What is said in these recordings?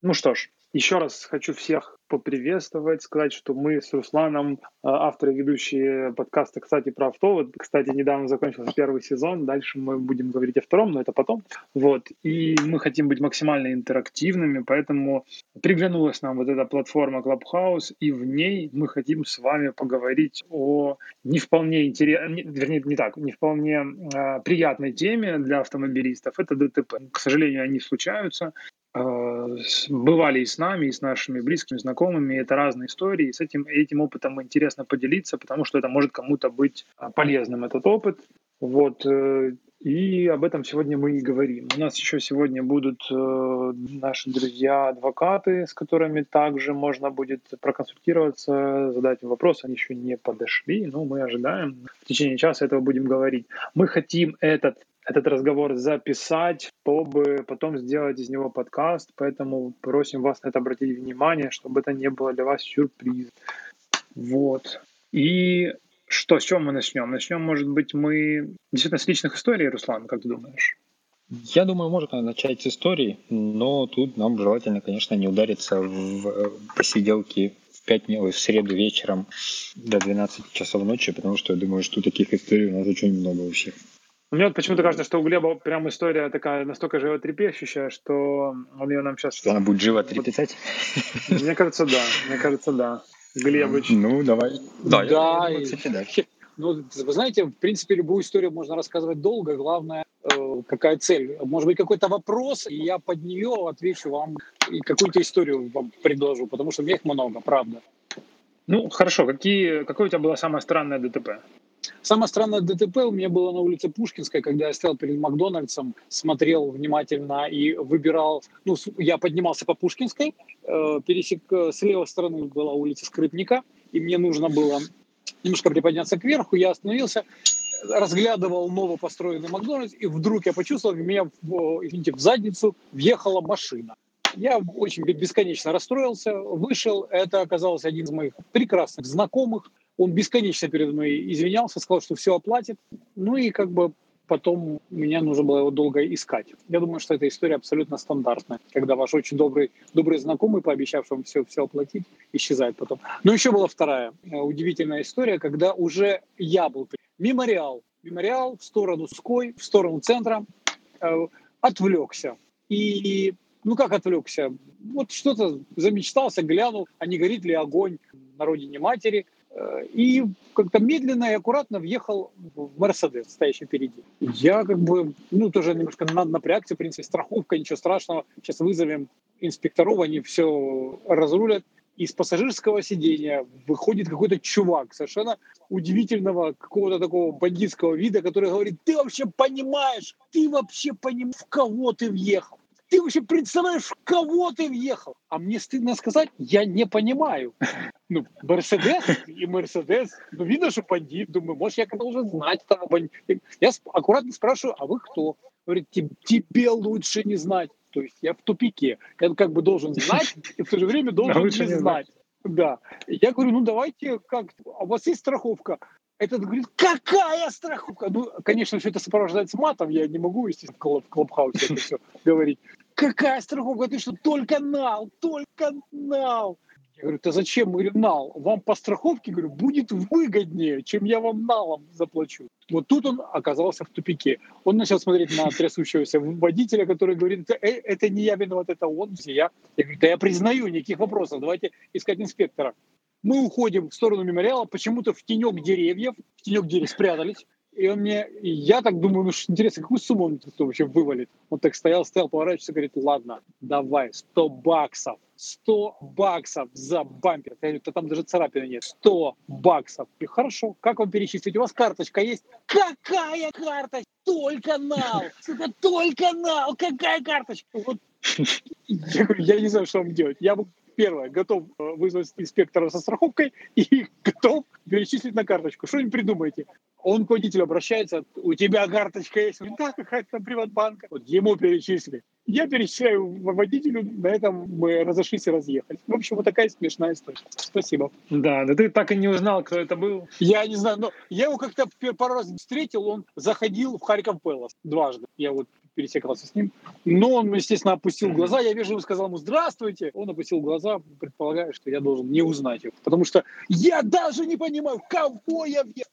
Ну что ж, еще раз хочу всех поприветствовать, сказать, что мы с Русланом, авторы и ведущие подкаста «Кстати, про авто». Вот, кстати, недавно закончился первый сезон, дальше мы будем говорить о втором, но это потом. Вот. И мы хотим быть максимально интерактивными, поэтому приглянулась нам вот эта платформа Clubhouse, и в ней мы хотим с вами поговорить о не вполне интересной, вернее, не так, не вполне приятной теме для автомобилистов. Это ДТП. К сожалению, они случаются. Бывали и с нами, и с нашими близкими, знакомыми. Это разные истории. И этим опытом интересно поделиться, потому что это может кому-то быть полезным, этот опыт. Вот. И об этом сегодня мы и говорим. У нас еще сегодня будут наши друзья-адвокаты, с которыми также можно будет проконсультироваться, задать им вопросы. Они еще не подошли, но мы ожидаем. В течение часа этого будем говорить. Мы хотим этот разговор записать, чтобы потом сделать из него подкаст, поэтому просим вас на это обратить внимание, чтобы это не было для вас сюрприз. Вот. И что, с чего мы начнем? Начнем, может быть, мы действительно с личных историй, Руслан, как ты думаешь? Я думаю, можно начать с истории, но тут нам желательно, конечно, не удариться в посиделки в среду вечером до 12 часов ночи, потому что я думаю, что таких историй у нас очень много у всех. Мне вот почему-то кажется, что у Глеба прям история такая настолько животрепещущая, что он ее нам сейчас... Что она будет животрепетать? Мне кажется, да. Глебыч. Ну, давай. Да, я думаю, кстати, да. Ну, вы знаете, в принципе, любую историю можно рассказывать долго. Главное, какая цель. Может быть, какой-то вопрос, и я под нее отвечу вам и какую-то историю вам предложу, потому что у меня их много, правда. Ну, хорошо. Какое у тебя было самое странное ДТП? Самое странное ДТП у меня было на улице Пушкинской, когда я стоял перед Макдональдсом, смотрел внимательно и выбирал... Ну, я поднимался по Пушкинской, с левой стороны была улица Скрипника, и мне нужно было немножко приподняться кверху, я остановился, разглядывал новопостроенный Макдональдс, и вдруг я почувствовал, как меня, в задницу въехала машина. Я очень бесконечно расстроился, вышел, это оказался один из моих прекрасных знакомых, он бесконечно передо мной извинялся, сказал, что все оплатит, ну и потом мне нужно было его долго искать. Я думаю, что эта история абсолютно стандартная, когда ваш очень добрый знакомый, пообещав вам все оплатить, исчезает потом. Но еще была вторая удивительная история, когда уже я был мемориал в сторону Ской, в сторону центра, отвлекся. И как отвлекся? Вот что-то замечтался, глянул, а не горит ли огонь на родине матери. И как-то медленно и аккуратно въехал в Мерседес, стоящий впереди. Я тоже немножко напрягся, в принципе, страховка, ничего страшного. Сейчас вызовем инспекторов, они все разрулят. Из пассажирского сидения выходит какой-то чувак совершенно удивительного, какого-то такого бандитского вида, который говорит: ты вообще понимаешь, в кого ты въехал? Ты вообще представляешь, в кого ты въехал? А мне стыдно сказать, я не понимаю. Мерседес, видно, что бандит. Думаю, может, я должен знать этого бандита. Я аккуратно спрашиваю, а вы кто? Говорит, тебе лучше не знать. То есть я в тупике. Я должен знать и в то же время должен не знать. Да. Я говорю, давайте а у вас есть страховка? Этот говорит, какая страховка? Конечно, все это сопровождается матом, я не могу, естественно, в Клабхаусе это все говорить. Какая страховка? Ты что, только нал? Я говорю, да зачем? Мы говорим, нал. Вам по страховке, говорю, будет выгоднее, чем я вам налом заплачу. Вот тут он оказался в тупике. Он начал смотреть на трясущегося водителя, который говорит, это не я виноват, это он. Я говорю, да я признаю, никаких вопросов, давайте искать инспектора. Мы уходим в сторону мемориала, почему-то в тенек деревьев спрятались. И я так думаю, интересно, какую сумму он вообще вывалит? Он так стоял, поворачивается, говорит, ладно, давай, $100. $100 за бампер. Я говорю, да там даже царапины нет. $100. И хорошо, как вам перечислить? У вас карточка есть? Какая карточка? Только нал! Сука, только нал! Какая карточка? Вот. Я говорю, я не знаю, что вам делать. Я первое, готов вызвать инспектора со страховкой и готов перечислить на карточку. Что-нибудь придумайте. Он к водителю обращается, у тебя карточка есть? Он говорит, да, какая-то там Приватбанка. Вот ему перечислили. Я перечисляю водителю, на этом мы разошлись и разъехались. В общем, вот такая смешная история. Спасибо. Да, ты так и не узнал, кто это был? Я не знаю, но я его как-то пару раз встретил, он заходил в Харьков Пэлас дважды. Я вот пересекался с ним. Но он, естественно, опустил глаза. Я вежливо сказал ему «Здравствуйте». Он опустил глаза, предполагая, что я должен не узнать его. Потому что я даже не понимаю, кого я въел.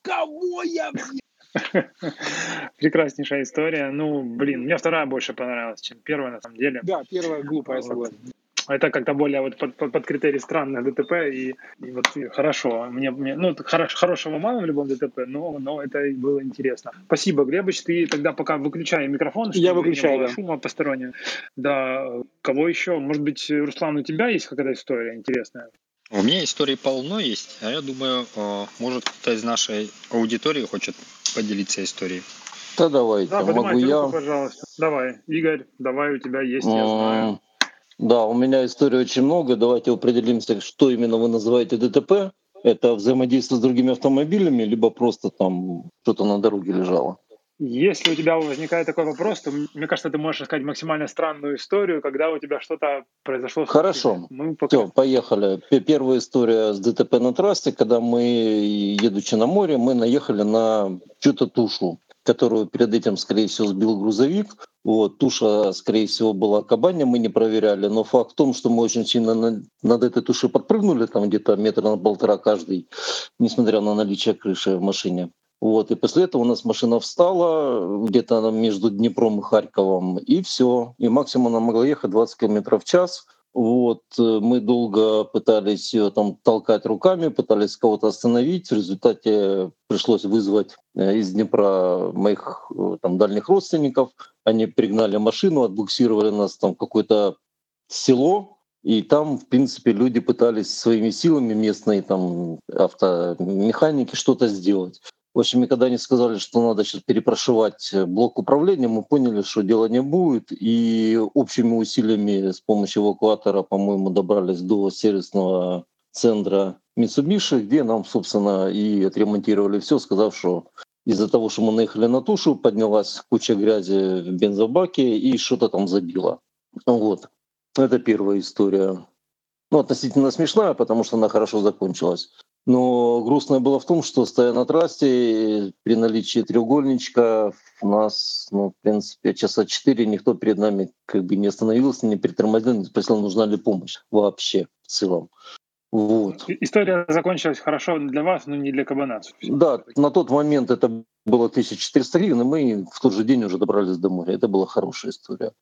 Прекраснейшая история. Ну, блин, мне вторая больше понравилась, чем первая, на самом деле. Да, первая глупая, Вот. согласен. Это как-то более вот под критерий странных ДТП, и вот хорошо. Ну, хорошего мало в любом ДТП, но это и было интересно. Спасибо, Глебыч. Ты тогда пока выключай микрофон, чтобы Я выключаю, не было да. шума постороннего. Да, кого еще? Может быть, Руслан, у тебя есть какая-то история интересная? У меня историй полно есть, а я думаю, может, кто-то из нашей аудитории хочет поделиться историей. Да, давайте. Да, Могу поднимайте руку, я. пожалуйста. Давай, Игорь, давай, у тебя есть, я знаю. Да, у меня историй очень много. Давайте определимся, что именно вы называете ДТП. Это взаимодействие с другими автомобилями, либо просто там что-то на дороге лежало? Если у тебя возникает такой вопрос, то, мне кажется, ты можешь рассказать максимально странную историю, когда у тебя что-то произошло с машиной. Хорошо. Мы пока... Все, поехали. Первая история с ДТП на трассе, когда мы, едучи на море, мы наехали на чью-то тушу, которую перед этим, скорее всего, сбил грузовик. Вот, туша, скорее всего, была кабанья, мы не проверяли, но факт в том, что мы очень сильно над этой тушей подпрыгнули, там где-то метра на полтора каждый, несмотря на наличие крыши в машине. Вот, и после этого у нас машина встала где-то между Днепром и Харьковом, и все. И максимум она могла ехать 20 км в час. Вот, мы долго пытались ее там толкать руками, пытались кого-то остановить. В результате пришлось вызвать из Днепра моих там дальних родственников. Они пригнали машину, отбуксировали нас там в какое-то село. И там, в принципе, люди пытались своими силами, местные там автомеханики, что-то сделать. В общем, и когда они сказали, что надо сейчас перепрошивать блок управления, мы поняли, что дела не будет. И общими усилиями с помощью эвакуатора, по-моему, добрались до сервисного центра Mitsubishi, где нам, собственно, и отремонтировали все, сказав, что из-за того, что мы наехали на тушу, поднялась куча грязи в бензобаке и что-то там забило. Вот. Это первая история. Ну, относительно смешная, потому что она хорошо закончилась. Но грустное было в том, что, стоя на трассе, при наличии треугольничка, у нас, в принципе, часа 4 никто перед нами как бы не остановился, не притормозил, не спросил, нужна ли помощь вообще в целом. Вот. История закончилась хорошо для вас, но не для кабана. Да, на тот момент это было 1400 гривен, и мы в тот же день уже добрались домой. Это была хорошая история.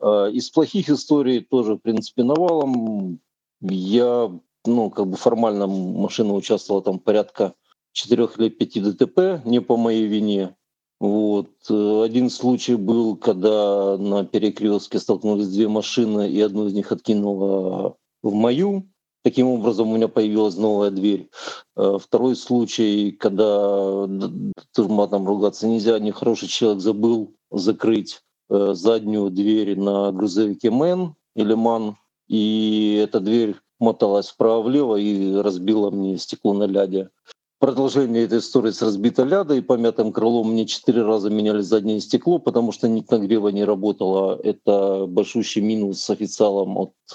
Из плохих историй тоже, в принципе, навалом. Я, формально машина участвовала там порядка 4 или 5 ДТП, не по моей вине. Вот. Один случай был, когда на перекрестке столкнулись две машины, и одну из них откинуло в мою. Таким образом, у меня появилась новая дверь. Второй случай, когда тоже матом ругаться нельзя, нехороший человек забыл закрыть заднюю дверь на грузовике МЭН или МАН, и эта дверь моталась вправо-влево и разбила мне стекло на ляде. Продолжение этой истории с разбитой лядой и помятым крылом. Мне 4 раза меняли заднее стекло, потому что нить нагрева не работала. Это большущий минус с официалом,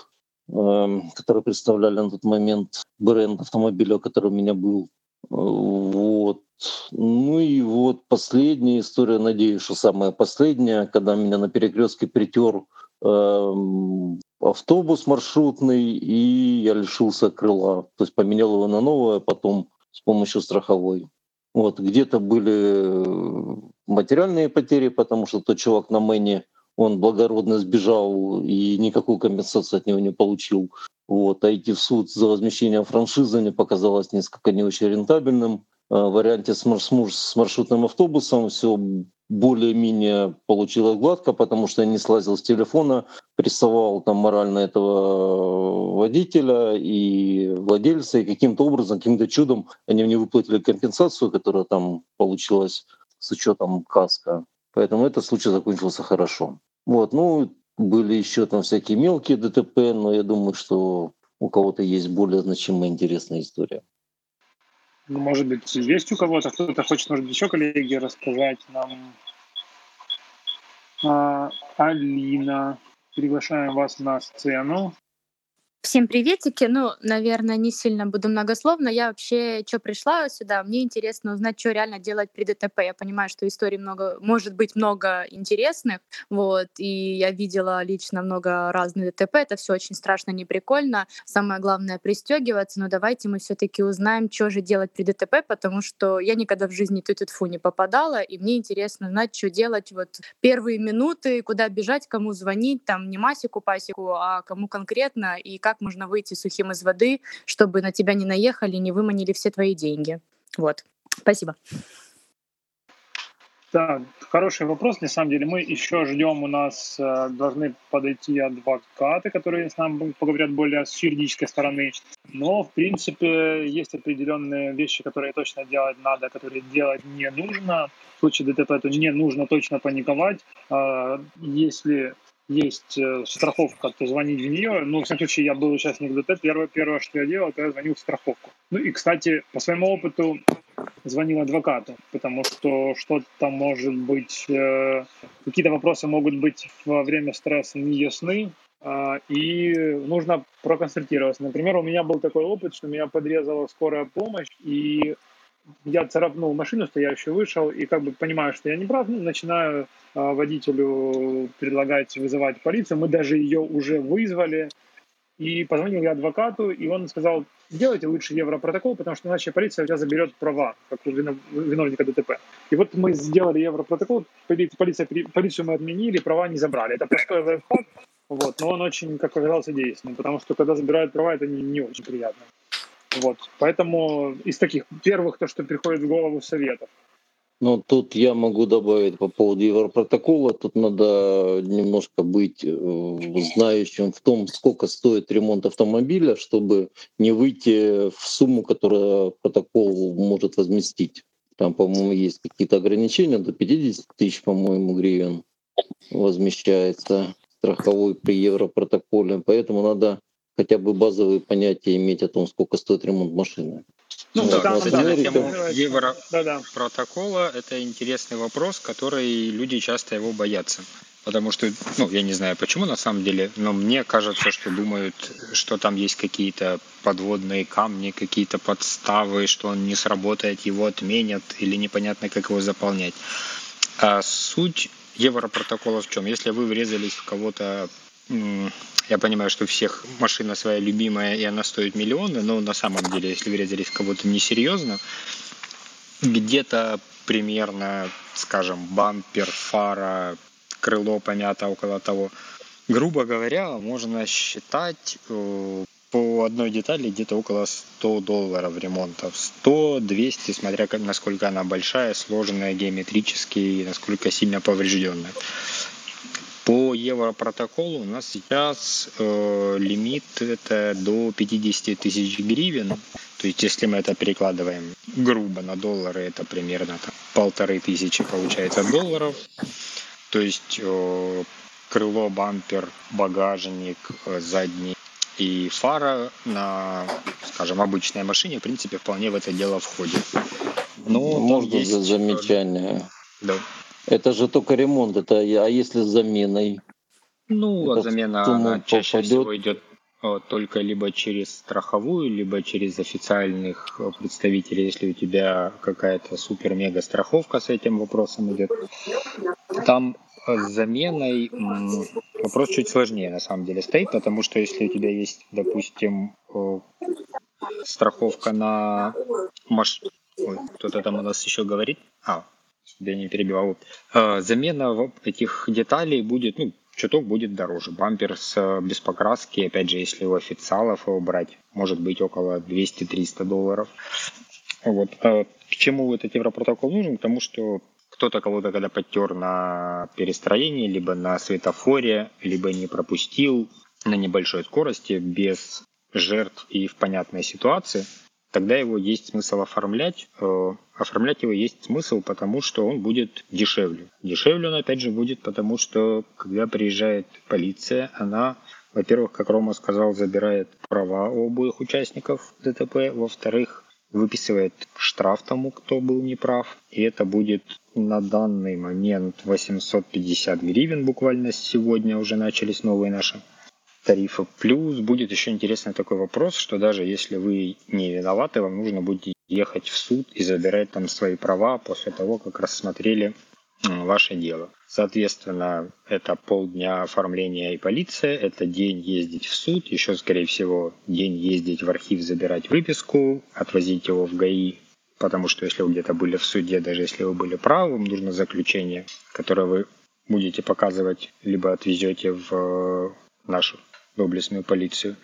который представляли на тот момент бренд автомобиля, который у меня был. Вот. Ну и вот последняя история, надеюсь, что самая последняя, когда меня на перекрестке притер автобус маршрутный, и я лишился крыла. То есть поменял его на новое, потом с помощью страховой. Вот. Где-то были материальные потери, потому что тот чувак на Мэне, он благородно сбежал и никакую компенсацию от него не получил. Вот. А идти в суд за возмещение франшизы мне показалось несколько не очень рентабельным. В варианте с маршрутным автобусом все более-менее получилось гладко, потому что я не слазил с телефона, прессовал там морально этого водителя и владельца, и каким-то образом, каким-то чудом они мне выплатили компенсацию, которая там получилась с учетом каска. Поэтому этот случай закончился хорошо. Вот, были еще там всякие мелкие ДТП, но я думаю, что у кого-то есть более значимая интересная история. Ну, может быть, есть у кого-то, кто-то хочет, может быть, еще коллеги рассказать нам. Алина, приглашаем вас на сцену. Всем приветики. Ну, наверное, не сильно буду многословно. Я вообще, что пришла сюда, мне интересно узнать, что реально делать при ДТП. Я понимаю, что историй много, может быть много интересных, вот, и я видела лично много разных ДТП. Это все очень страшно, не прикольно. Самое главное пристегиваться. Но давайте мы все-таки узнаем, что же делать при ДТП, потому что я никогда в жизни тьфу не попадала, и мне интересно знать, что делать вот первые минуты, куда бежать, кому звонить, там не Масику, Пасику, а кому конкретно, и как можно выйти сухим из воды, чтобы на тебя не наехали, не выманили все твои деньги. Вот. Спасибо. Да, хороший вопрос. На самом деле мы еще ждем, у нас должны подойти адвокаты, которые с нами поговорят более с юридической стороны. Но, в принципе, есть определенные вещи, которые точно делать надо, которые делать не нужно. В случае ДТП это не нужно точно паниковать. Если есть страховка, то звонить в нее. Ну, в всяком случае, я был участник ДТП. Первое, что я делал, это я звонил в страховку. Ну и, кстати, по своему опыту, звонил адвокату, потому что что-то может быть, какие-то вопросы могут быть во время стресса неясны, и нужно проконсультироваться. Например, у меня был такой опыт, что меня подрезала скорая помощь, и я царапнул машину, стоящую, вышел, и как бы понимаю, что я не прав, начинаю водителю предлагать вызывать полицию. Мы даже ее уже вызвали, и позвонил я адвокату, и он сказал: делайте лучше Европротокол, потому что иначе полиция у тебя заберет права, как у виновника ДТП. И вот мы сделали Европротокол, полицию мы отменили, права не забрали. Это простой лайфхак, вот, но он очень, как оказалось, действенный, потому что когда забирают права, это не очень приятно. Вот, поэтому из таких первых, то, что приходит в голову, советов. Ну, тут я могу добавить по поводу Европротокола. Тут надо немножко быть знающим в том, сколько стоит ремонт автомобиля, чтобы не выйти в сумму, которую протокол может возместить. Там, по-моему, есть какие-то ограничения, до 50 тысяч, по-моему, гривен возмещается страховой при Европротоколе. Поэтому надо хотя бы базовые понятия иметь о том, сколько стоит ремонт машины. Ну да, там, кстати, на тему Да. Европротокола это интересный вопрос, который люди часто его боятся. Потому что, ну, я не знаю почему на самом деле, но мне кажется, что думают, что там есть какие-то подводные камни, какие-то подставы, что он не сработает, его отменят или непонятно, как его заполнять. А суть Европротокола в чем? Если вы врезались в кого-то, я понимаю, что у всех машина своя любимая, и она стоит миллионы, но на самом деле, если врезались в кого-то несерьезно, где-то примерно, скажем, бампер, фара, крыло помято, около того. Грубо говоря, можно считать по одной детали где-то около $100 ремонта. 100, 200, смотря насколько она большая, сложная геометрически и насколько сильно поврежденная. По Европротоколу у нас сейчас лимит это до 50 тысяч гривен. То есть, если мы это перекладываем грубо на доллары, это примерно 1500 получается долларов. То есть крыло, бампер, багажник, задний и фара на, скажем, обычной машине, в принципе, вполне в это дело входит. Но можно там есть замечание. Да. Это же только ремонт, это а если с заменой? Ну, а замена она чаще всего идет только либо через страховую, либо через официальных представителей, если у тебя какая-то супер-мега страховка с этим вопросом идет. Там с заменой вопрос чуть сложнее на самом деле стоит, потому что если у тебя есть, допустим, страховка на Ой, кто-то там у нас еще говорит. Я не перебивал. Замена этих деталей будет, чуток будет дороже. Бампер без покраски, опять же, если у официалов его брать, может быть около $200-300. Вот. К чему этот Европротокол нужен? Потому что кто-то кого-то когда подтер на перестроении, либо на светофоре, либо не пропустил на небольшой скорости, без жертв и в понятной ситуации, тогда его есть смысл оформлять. Оформлять его есть смысл, потому что он будет дешевле. Дешевле он, опять же, будет, потому что, когда приезжает полиция, она, во-первых, как Рома сказал, забирает права у обоих участников ДТП, во-вторых, выписывает штраф тому, кто был неправ, и это будет на данный момент 850 гривен, буквально сегодня уже начались новые наши тарифа. Плюс будет еще интересный такой вопрос, что даже если вы не виноваты, вам нужно будет ехать в суд и забирать там свои права после того, как рассмотрели ваше дело. Соответственно, это полдня оформления и полиция, это день ездить в суд, еще, скорее всего, день ездить в архив, забирать выписку, отвозить его в ГАИ, потому что если вы где-то были в суде, даже если вы были правы, вам нужно заключение, которое вы будете показывать, либо отвезете в нашу доблестную полицию.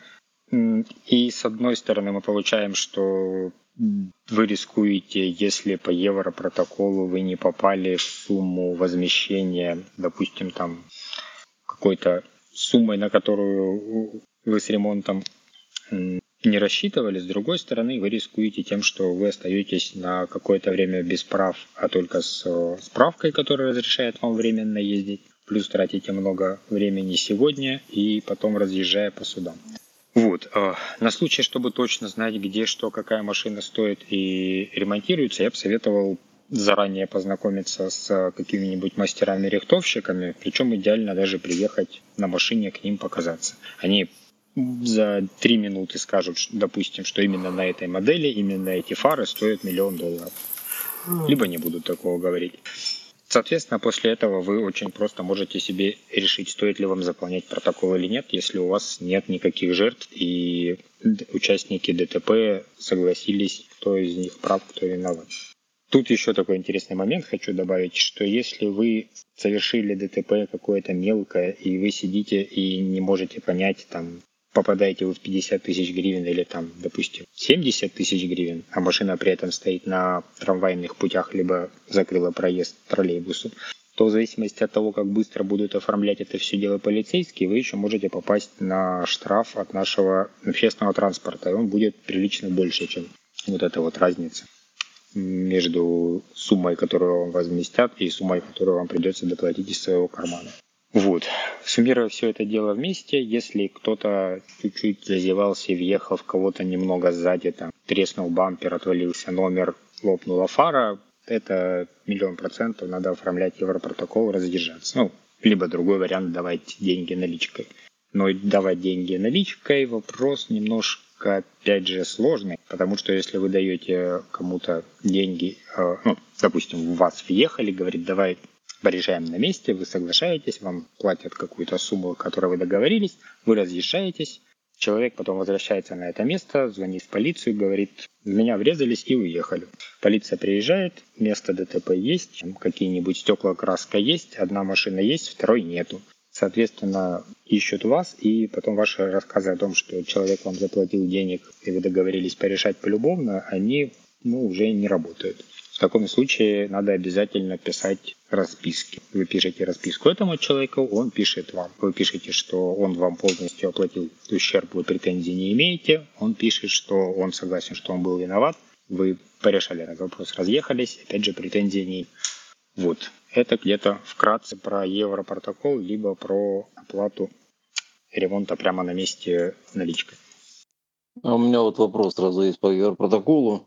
И с одной стороны мы получаем, что вы рискуете, если по Европротоколу вы не попали в сумму возмещения, допустим, там какой-то суммой, на которую вы с ремонтом не рассчитывали. С другой стороны, вы рискуете тем, что вы остаетесь на какое-то время без прав, а только с справкой, которая разрешает вам временно ездить. Плюс тратите много времени сегодня и потом разъезжая по судам. Вот. На случай, чтобы точно знать, где что, какая машина стоит и ремонтируется, я бы советовал заранее познакомиться с какими-нибудь мастерами-рихтовщиками, причем идеально даже приехать на машине к ним показаться. Они за 3 минуты скажут, допустим, что именно на этой модели, именно эти фары стоят $1 миллион. Либо не будут такого говорить. Соответственно, после этого вы очень просто можете себе решить, стоит ли вам заполнять протокол или нет, если у вас нет никаких жертв и участники ДТП согласились, кто из них прав, кто виноват. Тут еще такой интересный момент хочу добавить, что если вы совершили ДТП какое-то мелкое, и вы сидите и не можете понять, там, попадаете вы в 50 тысяч гривен или там, допустим, 70 тысяч гривен, а машина при этом стоит на трамвайных путях, либо закрыла проезд троллейбусу, то в зависимости от того, как быстро будут оформлять это все дело полицейские, вы еще можете попасть на штраф от нашего общественного транспорта, и он будет прилично больше, чем вот эта вот разница между суммой, которую вам возместят, и суммой, которую вам придется доплатить из своего кармана. Вот. Суммируя все это дело вместе, если кто-то чуть-чуть зазевался и въехал в кого-то немного сзади, там, треснул бампер, отвалился номер, лопнула фара, это 100% надо оформлять Европротокол, разъезжаться. Ну, либо другой вариант — давать деньги наличкой. Но давать деньги наличкой — вопрос немножко, опять же, сложный, потому что если вы даете кому-то деньги, допустим, в вас въехали, говорит, давай порешаем на месте, вы соглашаетесь, вам платят какую-то сумму, о которой вы договорились, вы разъезжаетесь, человек потом возвращается на это место, звонит в полицию, говорит, в меня врезались и уехали. Полиция приезжает, место ДТП есть, какие-нибудь стекла, краска есть, одна машина есть, второй нету. Соответственно, ищут вас, и потом ваши рассказы о том, что человек вам заплатил денег, и вы договорились порешать полюбовно, они уже не работают. В таком случае надо обязательно писать расписки. Вы пишете расписку этому человеку, он пишет вам. Вы пишете, что он вам полностью оплатил ущерб, вы претензий не имеете. Он пишет, что он согласен, что он был виноват. Вы порешали этот вопрос, разъехались, опять же претензий не. Вот. Это где-то вкратце про Европротокол, либо про оплату ремонта прямо на месте наличкой. А у меня вот вопрос сразу есть по Европротоколу.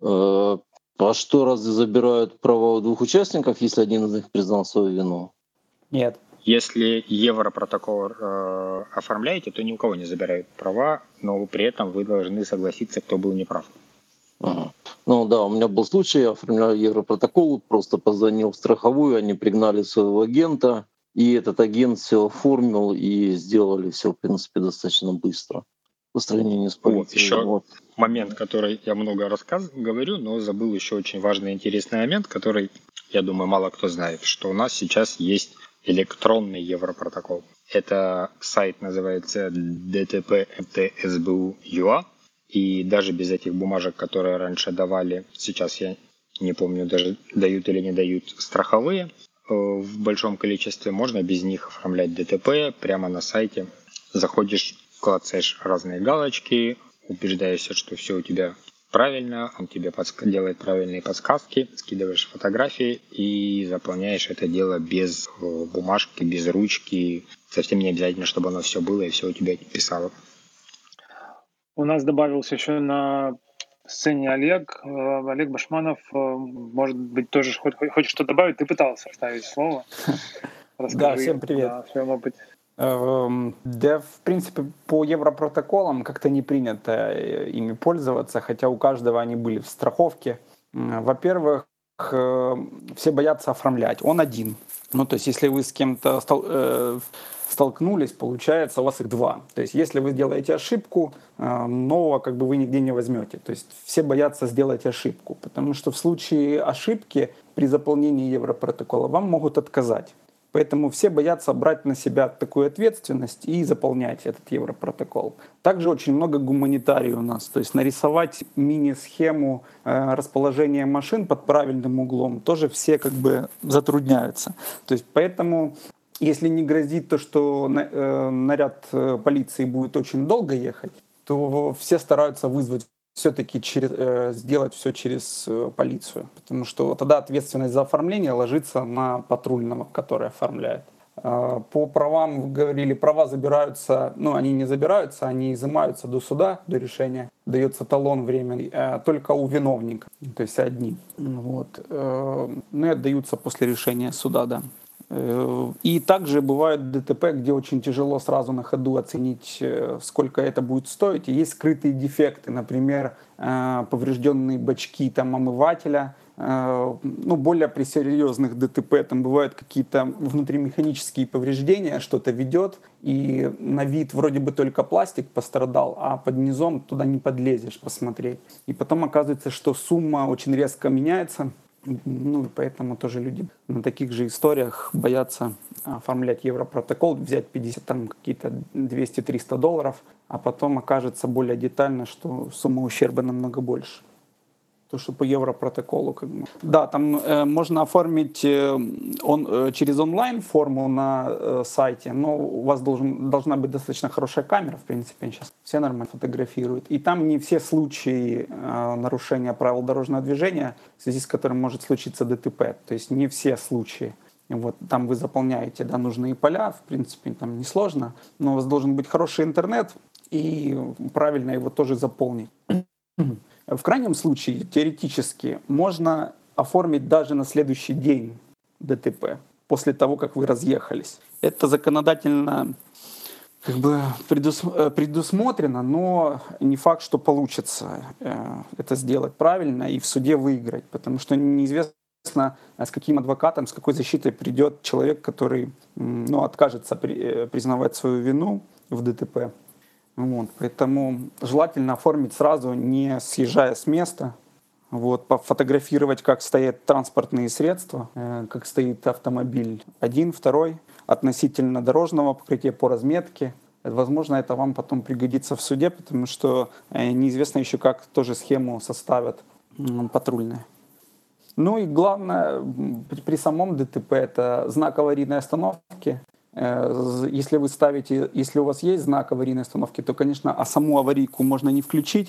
А что, разве забирают права у двух участников, если один из них признал свою вину? Нет. Если Европротокол оформляете, то ни у кого не забирают права, но при этом вы должны согласиться, кто был неправ. Ага. Ну да, у меня был случай, я оформлял Европротокол, просто позвонил в страховую, они пригнали своего агента, и этот агент все оформил, и сделали все, в принципе, достаточно быстро. По сравнению с полицией. Вот, еще момент, который я много говорю, но забыл еще очень важный и интересный момент, который, я думаю, мало кто знает, что у нас сейчас есть электронный Европротокол. Это сайт называется dtp.mt.sbu.ua, и даже без этих бумажек, которые раньше давали, сейчас я не помню, даже дают или не дают страховые в большом количестве, можно без них оформлять ДТП прямо на сайте. Заходишь, клацаешь разные галочки, убеждаешься, что все у тебя правильно, он тебе делает правильные подсказки, скидываешь фотографии и заполняешь это дело без бумажки, без ручки. Совсем не обязательно, чтобы оно все было и все у тебя писало. У нас добавился еще на сцене Олег Башманов. Может быть, тоже хочет что-то добавить? Ты пытался вставить слово. Да, всем привет. О своем опыте. Да, в принципе, по европротоколам как-то не принято ими пользоваться, хотя у каждого они были в страховке. Во-первых, все боятся оформлять. Он один. Ну, то есть, если вы с кем-то столкнулись, получается, у вас их два. То есть, если вы делаете ошибку, нового как бы вы нигде не возьмете. То есть, все боятся сделать ошибку, потому что в случае ошибки при заполнении европротокола вам могут отказать. Поэтому все боятся брать на себя такую ответственность и заполнять этот европротокол. Также очень много гуманитарий у нас. То есть нарисовать мини-схему расположения машин под правильным углом тоже все как бы затрудняются. То есть поэтому, если не грозит то, что наряд полиции будет очень долго ехать, то все стараются вызвать все-таки сделать все через полицию, потому что тогда ответственность за оформление ложится на патрульного, который оформляет. По правам, вы говорили, права забираются, они не забираются, они изымаются до суда, до решения. Дается талон временный, только у виновника, то есть одни. Вот. И отдаются после решения суда, да. И также бывают ДТП, где очень тяжело сразу на ходу оценить, сколько это будет стоить. И есть скрытые дефекты, например, поврежденные бачки омывателя. Более при серьезных ДТП там бывают какие-то внутримеханические повреждения, что-то ведет, и на вид вроде бы только пластик пострадал, а под низом туда не подлезешь посмотреть. И потом оказывается, что сумма очень резко меняется. И поэтому тоже люди на таких же историях боятся оформлять европротокол, взять 50, какие-то $200-300, а потом окажется более детально, что сумма ущерба намного больше. То, что по европротоколу. Да, там можно оформить через онлайн-форму на сайте, но у вас должна быть достаточно хорошая камера, в принципе, сейчас все нормально фотографируют. И там не все случаи нарушения правил дорожного движения, в связи с которым может случиться ДТП. То есть не все случаи. Вот, там вы заполняете нужные поля, в принципе, там несложно, но у вас должен быть хороший интернет и правильно его тоже заполнить. В крайнем случае, теоретически, можно оформить даже на следующий день ДТП, после того, как вы разъехались. Это законодательно предусмотрено, но не факт, что получится это сделать правильно и в суде выиграть, потому что неизвестно, с каким адвокатом, с какой защитой придет человек, который откажется признавать свою вину в ДТП. Вот, поэтому желательно оформить сразу, не съезжая с места. Вот, пофотографировать, как стоят транспортные средства, как стоит автомобиль один, второй, относительно дорожного покрытия по разметке. Возможно, это вам потом пригодится в суде, потому что неизвестно еще, как тоже схему составят патрульные. И главное, при самом ДТП это знак аварийной остановки. Если у вас есть знак аварийной остановки, то, конечно, саму аварийку можно не включать,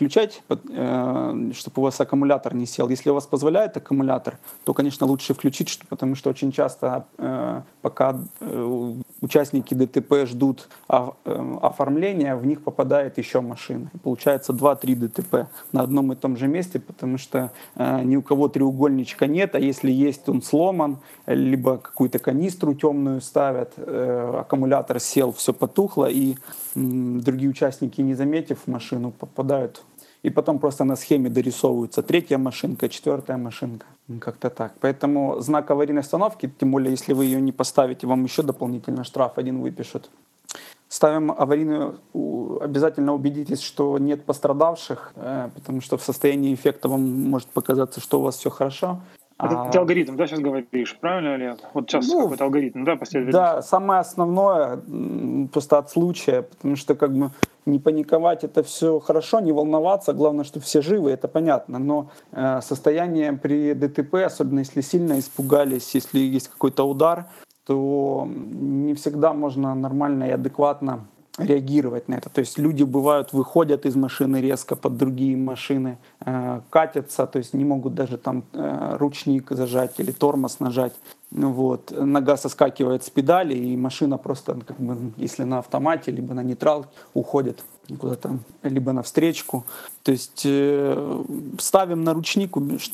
чтобы у вас аккумулятор не сел. Если у вас позволяет аккумулятор, то, конечно, лучше включить, потому что очень часто, пока участники ДТП ждут оформления, в них попадает еще машина. И получается 2-3 ДТП на одном и том же месте, потому что ни у кого треугольничка нет, а если есть, он сломан, либо какую-то канистру темную ставят, аккумулятор сел, все потухло, и другие участники, не заметив машину, попадают. И потом просто на схеме дорисовывается 3-я машинка, 4-я машинка. Как-то так. Поэтому знак аварийной остановки, тем более, если вы ее не поставите, вам еще дополнительно штраф один выпишут. Ставим аварийную, обязательно убедитесь, что нет пострадавших, потому что в состоянии эффекта вам может показаться, что у вас все хорошо. Это алгоритм, да, сейчас говоришь, правильно ли? Вот сейчас какой-то алгоритм, да, последовательность? Да, самое основное, просто от случая, потому что не паниковать, это все хорошо, не волноваться, главное, что все живы, это понятно, но состояние при ДТП, особенно если сильно испугались, если есть какой-то удар, то не всегда можно нормально и адекватно реагировать на это. То есть люди бывают, выходят из машины резко под другие машины, катятся, то есть не могут даже ручник зажать или тормоз нажать. Вот. Нога соскакивает с педали, и машина просто, если на автомате, либо на нейтрал, уходит куда-то, либо на встречку. То есть ставим на ручник,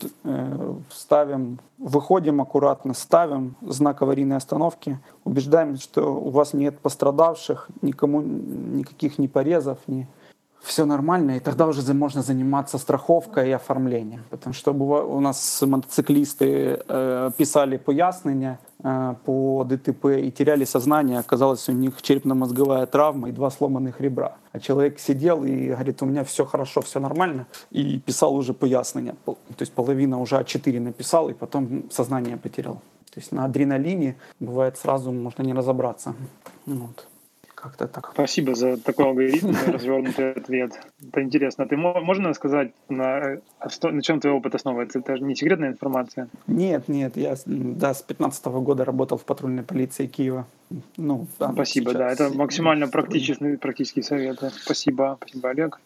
ставим, выходим аккуратно, ставим знак аварийной остановки, убеждаем, что у вас нет пострадавших, никаких ни порезов, ни... Все нормально, и тогда уже можно заниматься страховкой и оформлением. Потому что у нас мотоциклисты писали пояснения по ДТП и теряли сознание. Оказалось, у них черепно-мозговая травма и 2 сломанных ребра. А человек сидел и говорит, у меня все хорошо, все нормально. И писал уже пояснения. То есть половина уже А4 написал, и потом сознание потерял. То есть на адреналине бывает сразу можно не разобраться. Вот. Как-то так. Спасибо за такой алгоритм, развернутый ответ. Это интересно. Ты можно сказать, на чем твой опыт основывается? Это же не секретная информация? Нет. Я с 2015 года работал в патрульной полиции Киева. Спасибо, да. Это максимально практические советы. Спасибо, Олег.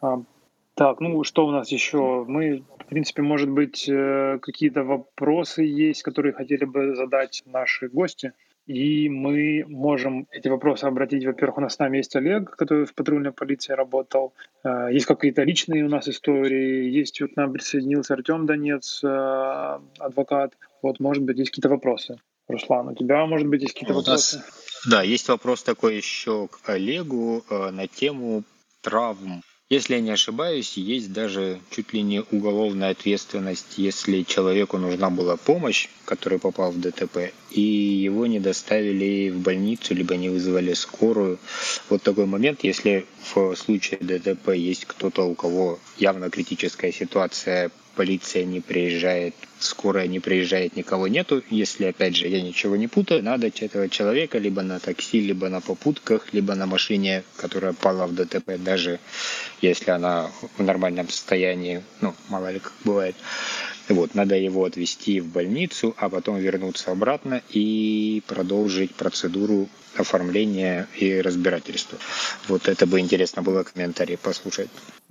Так, что у нас еще? Мы, в принципе, может быть, какие-то вопросы есть, которые хотели бы задать наши гости. И мы можем эти вопросы обратить, во-первых, у нас с нами есть Олег, который в патрульной полиции работал, есть какие-то личные у нас истории, есть к нам присоединился Артем Донец, адвокат, может быть, есть какие-то вопросы. Руслан, у тебя, может быть, есть какие-то вопросы? Да, есть вопрос такой еще к Олегу на тему травм. Если я не ошибаюсь, есть даже чуть ли не уголовная ответственность, если человеку нужна была помощь, который попал в ДТП, и его не доставили в больницу, либо не вызвали скорую. Вот такой момент, если в случае ДТП есть кто-то, у кого явно критическая ситуация, полиция не приезжает, скорая не приезжает, никого нету. Если, опять же, я ничего не путаю, надо этого человека либо на такси, либо на попутках, либо на машине, которая пала в ДТП, даже если она в нормальном состоянии, мало ли как бывает. Надо его отвезти в больницу, а потом вернуться обратно и продолжить процедуру оформления и разбирательства. Это бы интересно было комментарий послушать.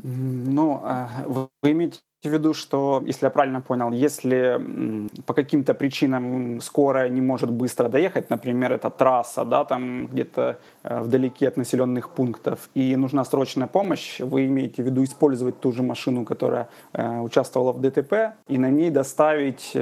Вы имеете в виду, что, если я правильно понял, если по каким-то причинам скорая не может быстро доехать, например, это трасса, да, там где-то вдалеке от населенных пунктов, и нужна срочная помощь, вы имеете в виду использовать ту же машину, которая участвовала в ДТП, и на ней доставить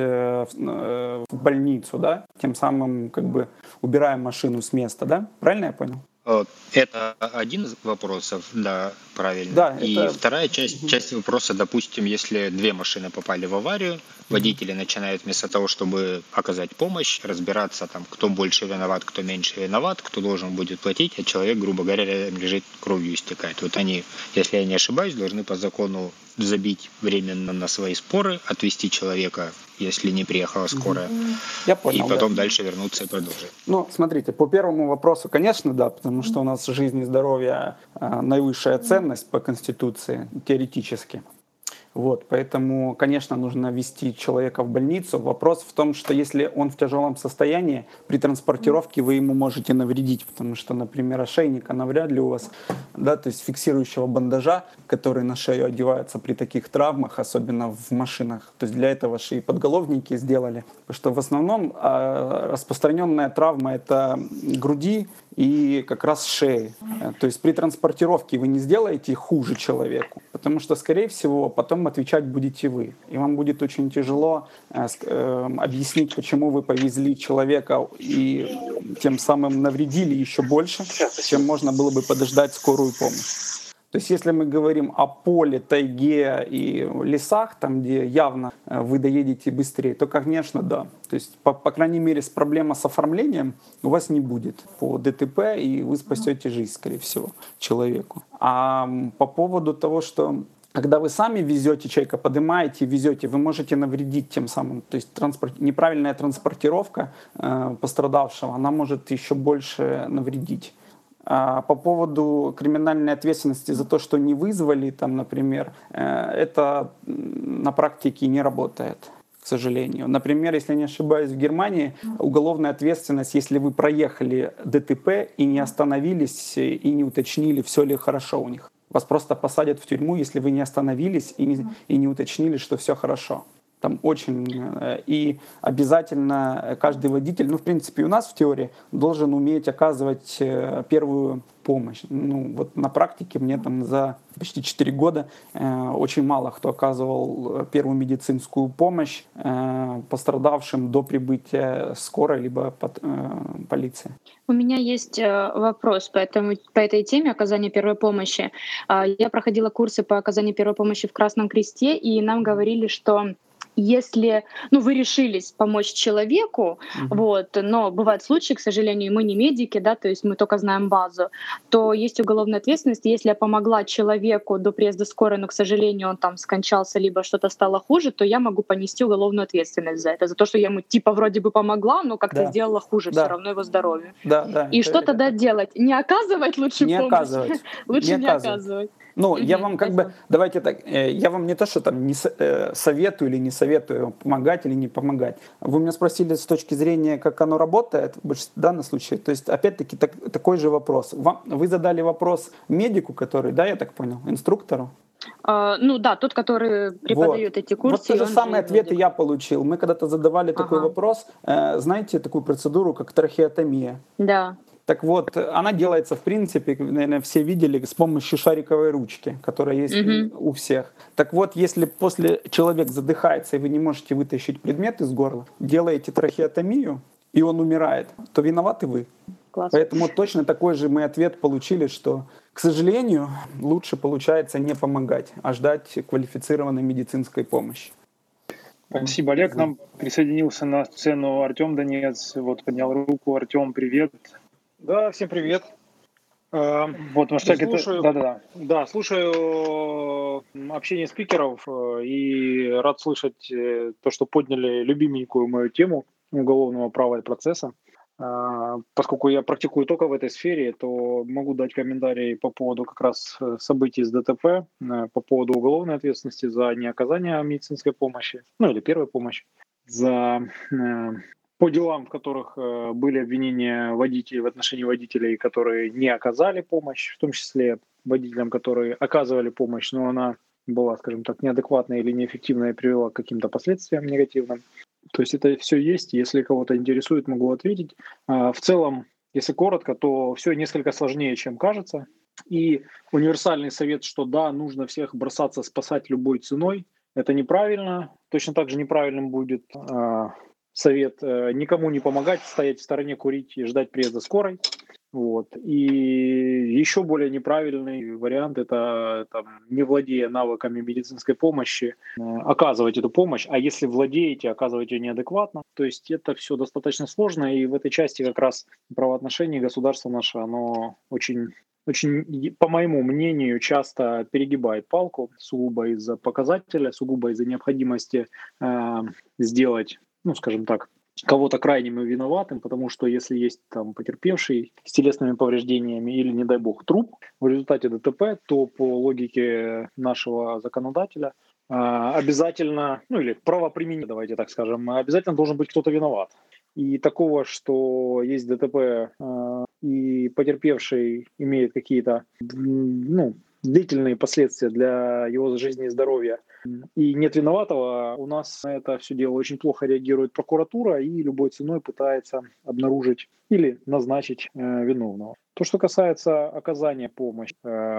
в больницу, да, тем самым убирая машину с места, да? Правильно я понял? Это один из вопросов, да, правильно. Да, и вторая часть вопроса, допустим, если 2 машины попали в аварию, водители начинают вместо того, чтобы оказать помощь, разбираться, кто больше виноват, кто меньше виноват, кто должен будет платить, а человек, грубо говоря, рядом лежит, кровью истекает. Они, если я не ошибаюсь, должны по закону забить временно на свои споры, отвезти человека, если не приехала скорая, я понял, и потом дальше вернуться и продолжить. Смотрите, по первому вопросу, конечно, да, потому что у нас жизнь и здоровье наивысшая ценность по Конституции, теоретически. Поэтому, конечно, нужно везти человека в больницу. Вопрос в том, что если он в тяжелом состоянии, при транспортировке вы ему можете навредить, потому что, например, ошейника навряд ли у вас, да, то есть фиксирующего бандажа, который на шею одевается при таких травмах, особенно в машинах. То есть для этого же и подголовники сделали. Потому что в основном распространенная травма — это груди и как раз шеи. То есть при транспортировке вы не сделаете хуже человеку, потому что, скорее всего, потом отвечать будете вы. И вам будет очень тяжело объяснить, почему вы повезли человека и тем самым навредили еще больше, чем можно было бы подождать скорую помощь. То есть если мы говорим о поле, тайге и лесах, там, где явно вы доедете быстрее, то, конечно, да. То есть, по крайней мере, проблема с оформлением у вас не будет по ДТП, и вы спасете жизнь, скорее всего, человеку. А по поводу того, что когда вы сами везете человека, поднимаете и везете, вы можете навредить тем самым. То есть неправильная транспортировка пострадавшего, она может еще больше навредить. А по поводу криминальной ответственности за то, что не вызвали, например, это на практике не работает, к сожалению. Например, если не ошибаюсь, в Германии уголовная ответственность, если вы проехали ДТП и не остановились и не уточнили, все ли хорошо у них. Вас просто посадят в тюрьму, если вы не остановились и не уточнили, что все хорошо. Там очень... И обязательно каждый водитель, ну, в принципе, у нас в теории должен уметь оказывать первую помощь. Ну, вот на практике мне там за почти 4 года очень мало кто оказывал первую медицинскую помощь пострадавшим до прибытия скорой либо полиции. У меня есть вопрос по этой теме оказания первой помощи. Я проходила курсы по оказанию первой помощи в Красном Кресте, и нам говорили, что если, ну, вы решились помочь человеку, вот, но бывают случаи, к сожалению, мы не медики, да, то есть мы только знаем базу, то есть уголовная ответственность. Если я помогла человеку до приезда скорой, но, к сожалению, он там скончался, либо что-то стало хуже, то я могу понести уголовную ответственность за это, за то, что я ему типа вроде бы помогла, но как-то сделала хуже все равно его здоровью. И что тогда делать? Не оказывать лучше не помощь? Оказывать. Лучше не оказывать. Ну, я вам как бы, давайте так, я вам не то, что там не советую или не советую помогать или не помогать. Вы меня спросили с точки зрения, как оно работает в данном случае. То есть, опять-таки, такой же вопрос. Вы задали вопрос медику, который, да, я так понял, инструктору? Ну да, тот, который преподает эти курсы. Вот те же самые ответы я получил. Мы когда-то задавали такой вопрос, знаете, такую процедуру, как трахеотомия. Да. Так вот, она делается, в принципе, наверное, все видели, с помощью шариковой ручки, которая есть у всех. Так вот, если после человек задыхается, и вы не можете вытащить предмет из горла, делаете трахеотомию, и он умирает, то виноваты вы. Класс. Поэтому точно такой же мы ответ получили, что, к сожалению, лучше получается не помогать, а ждать квалифицированной медицинской помощи. Спасибо, Олег. К нам присоединился на сцену Артем Донец. Вот поднял руку. Артем, привет. Да, всем привет. Вот, может, слушаю, да, слушаю общение спикеров и рад слышать то, что подняли любименькую мою тему уголовного права и процесса. Поскольку я практикую только в этой сфере, то могу дать комментарий по поводу как раз событий с ДТП, по поводу уголовной ответственности за неоказание медицинской помощи, ну или первой помощи, по делам, в которых были обвинения водителей в отношении водителей, которые не оказали помощь, в том числе водителям, которые оказывали помощь, но она была, скажем так, неадекватная или неэффективная и привела к каким-то последствиям негативным. То есть это все есть. Если кого-то интересует, могу ответить. В целом, если коротко, то все несколько сложнее, чем кажется. И универсальный совет, что да, нужно всех бросаться спасать любой ценой, это неправильно. Точно так же неправильным будет совет никому не помогать, стоять в стороне, курить и ждать приезда скорой. Вот. И еще более неправильный вариант – это не владея навыками медицинской помощи, оказывать эту помощь, а если владеете, оказывать ее неадекватно. То есть это все достаточно сложно, и в этой части как раз правоотношений государство наше, оно очень, по моему мнению, часто перегибает палку сугубо из-за показателя, сугубо из-за необходимости сделать, ну, скажем так, кого-то крайним и виноватым, потому что если есть там потерпевший с телесными повреждениями или, не дай бог, труп в результате ДТП, то по логике нашего законодателя обязательно, ну или правоприменения, давайте так скажем, обязательно должен быть кто-то виноват. И такого, что есть ДТП и потерпевший имеет какие-то, ну, длительные последствия для его жизни и здоровья, и нет виноватого, у нас на это все дело очень плохо реагирует прокуратура и любой ценой пытается обнаружить или назначить виновного. То, что касается оказания помощи,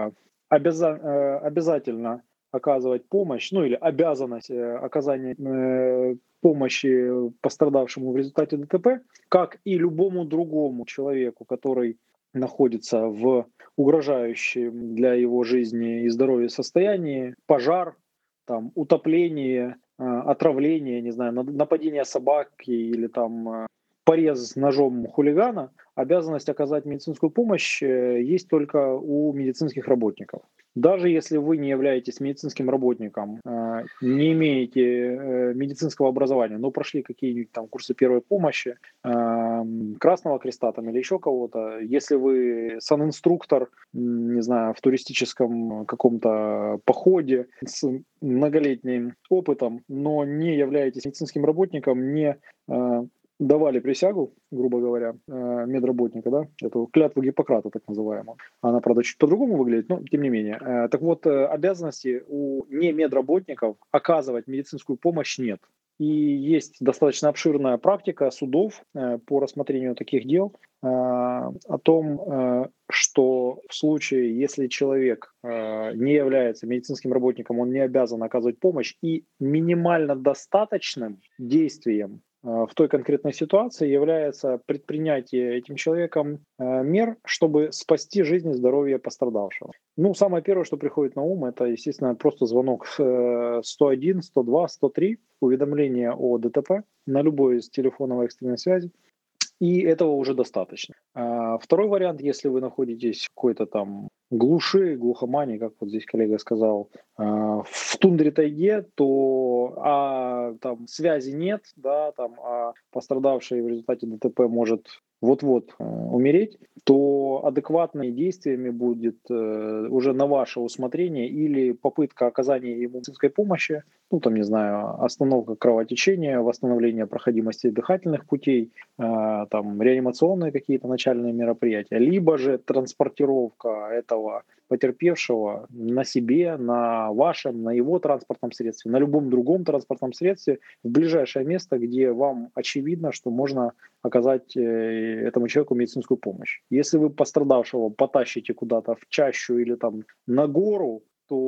обязательно оказывать помощь, ну или обязанность оказания помощи пострадавшему в результате ДТП, как и любому другому человеку, который находится в угрожающем для его жизни и здоровья состоянии, пожар, там, утопление, отравление, не знаю, нападение собаки или там порез ножом хулигана, обязанность оказать медицинскую помощь есть только у медицинских работников. Даже если вы не являетесь медицинским работником, не имеете медицинского образования, но прошли какие-нибудь там курсы первой помощи, Красного Креста там, или еще кого-то, если вы санинструктор, не знаю, в туристическом каком-то походе с многолетним опытом, но не являетесь медицинским работником, не давали присягу, грубо говоря, медработника, да, эту клятву Гиппократа, так называемую. Она, правда, чуть по-другому выглядит, но тем не менее. Так вот, обязанности у немедработников оказывать медицинскую помощь нет. И есть достаточно обширная практика судов по рассмотрению таких дел о том, что в случае, если человек не является медицинским работником, он не обязан оказывать помощь, и минимально достаточным действием в той конкретной ситуации является предпринятие этим человеком мер, чтобы спасти жизнь и здоровье пострадавшего. Ну, самое первое, что приходит на ум, это, естественно, просто звонок 101, 102, 103, уведомление о ДТП на любой из телефонов экстренной связи. И этого уже достаточно. Второй вариант, если вы находитесь в какой-то там глуши, глухомане, как вот здесь коллега сказал, в тундре тайге, то там связи нет, да, там, пострадавший в результате ДТП может вот-вот умереть, то адекватными действиями будет уже на ваше усмотрение или попытка оказания ему медицинской помощи, ну там, не знаю, остановка кровотечения, восстановление проходимости дыхательных путей, там реанимационные какие-то начальные мероприятия, либо же транспортировка этого потерпевшего на себе, на вашем, на его транспортном средстве, на любом другом транспортном средстве в ближайшее место, где вам очевидно, что можно оказать этому человеку медицинскую помощь. Если вы пострадавшего потащите куда-то в чащу или там на гору,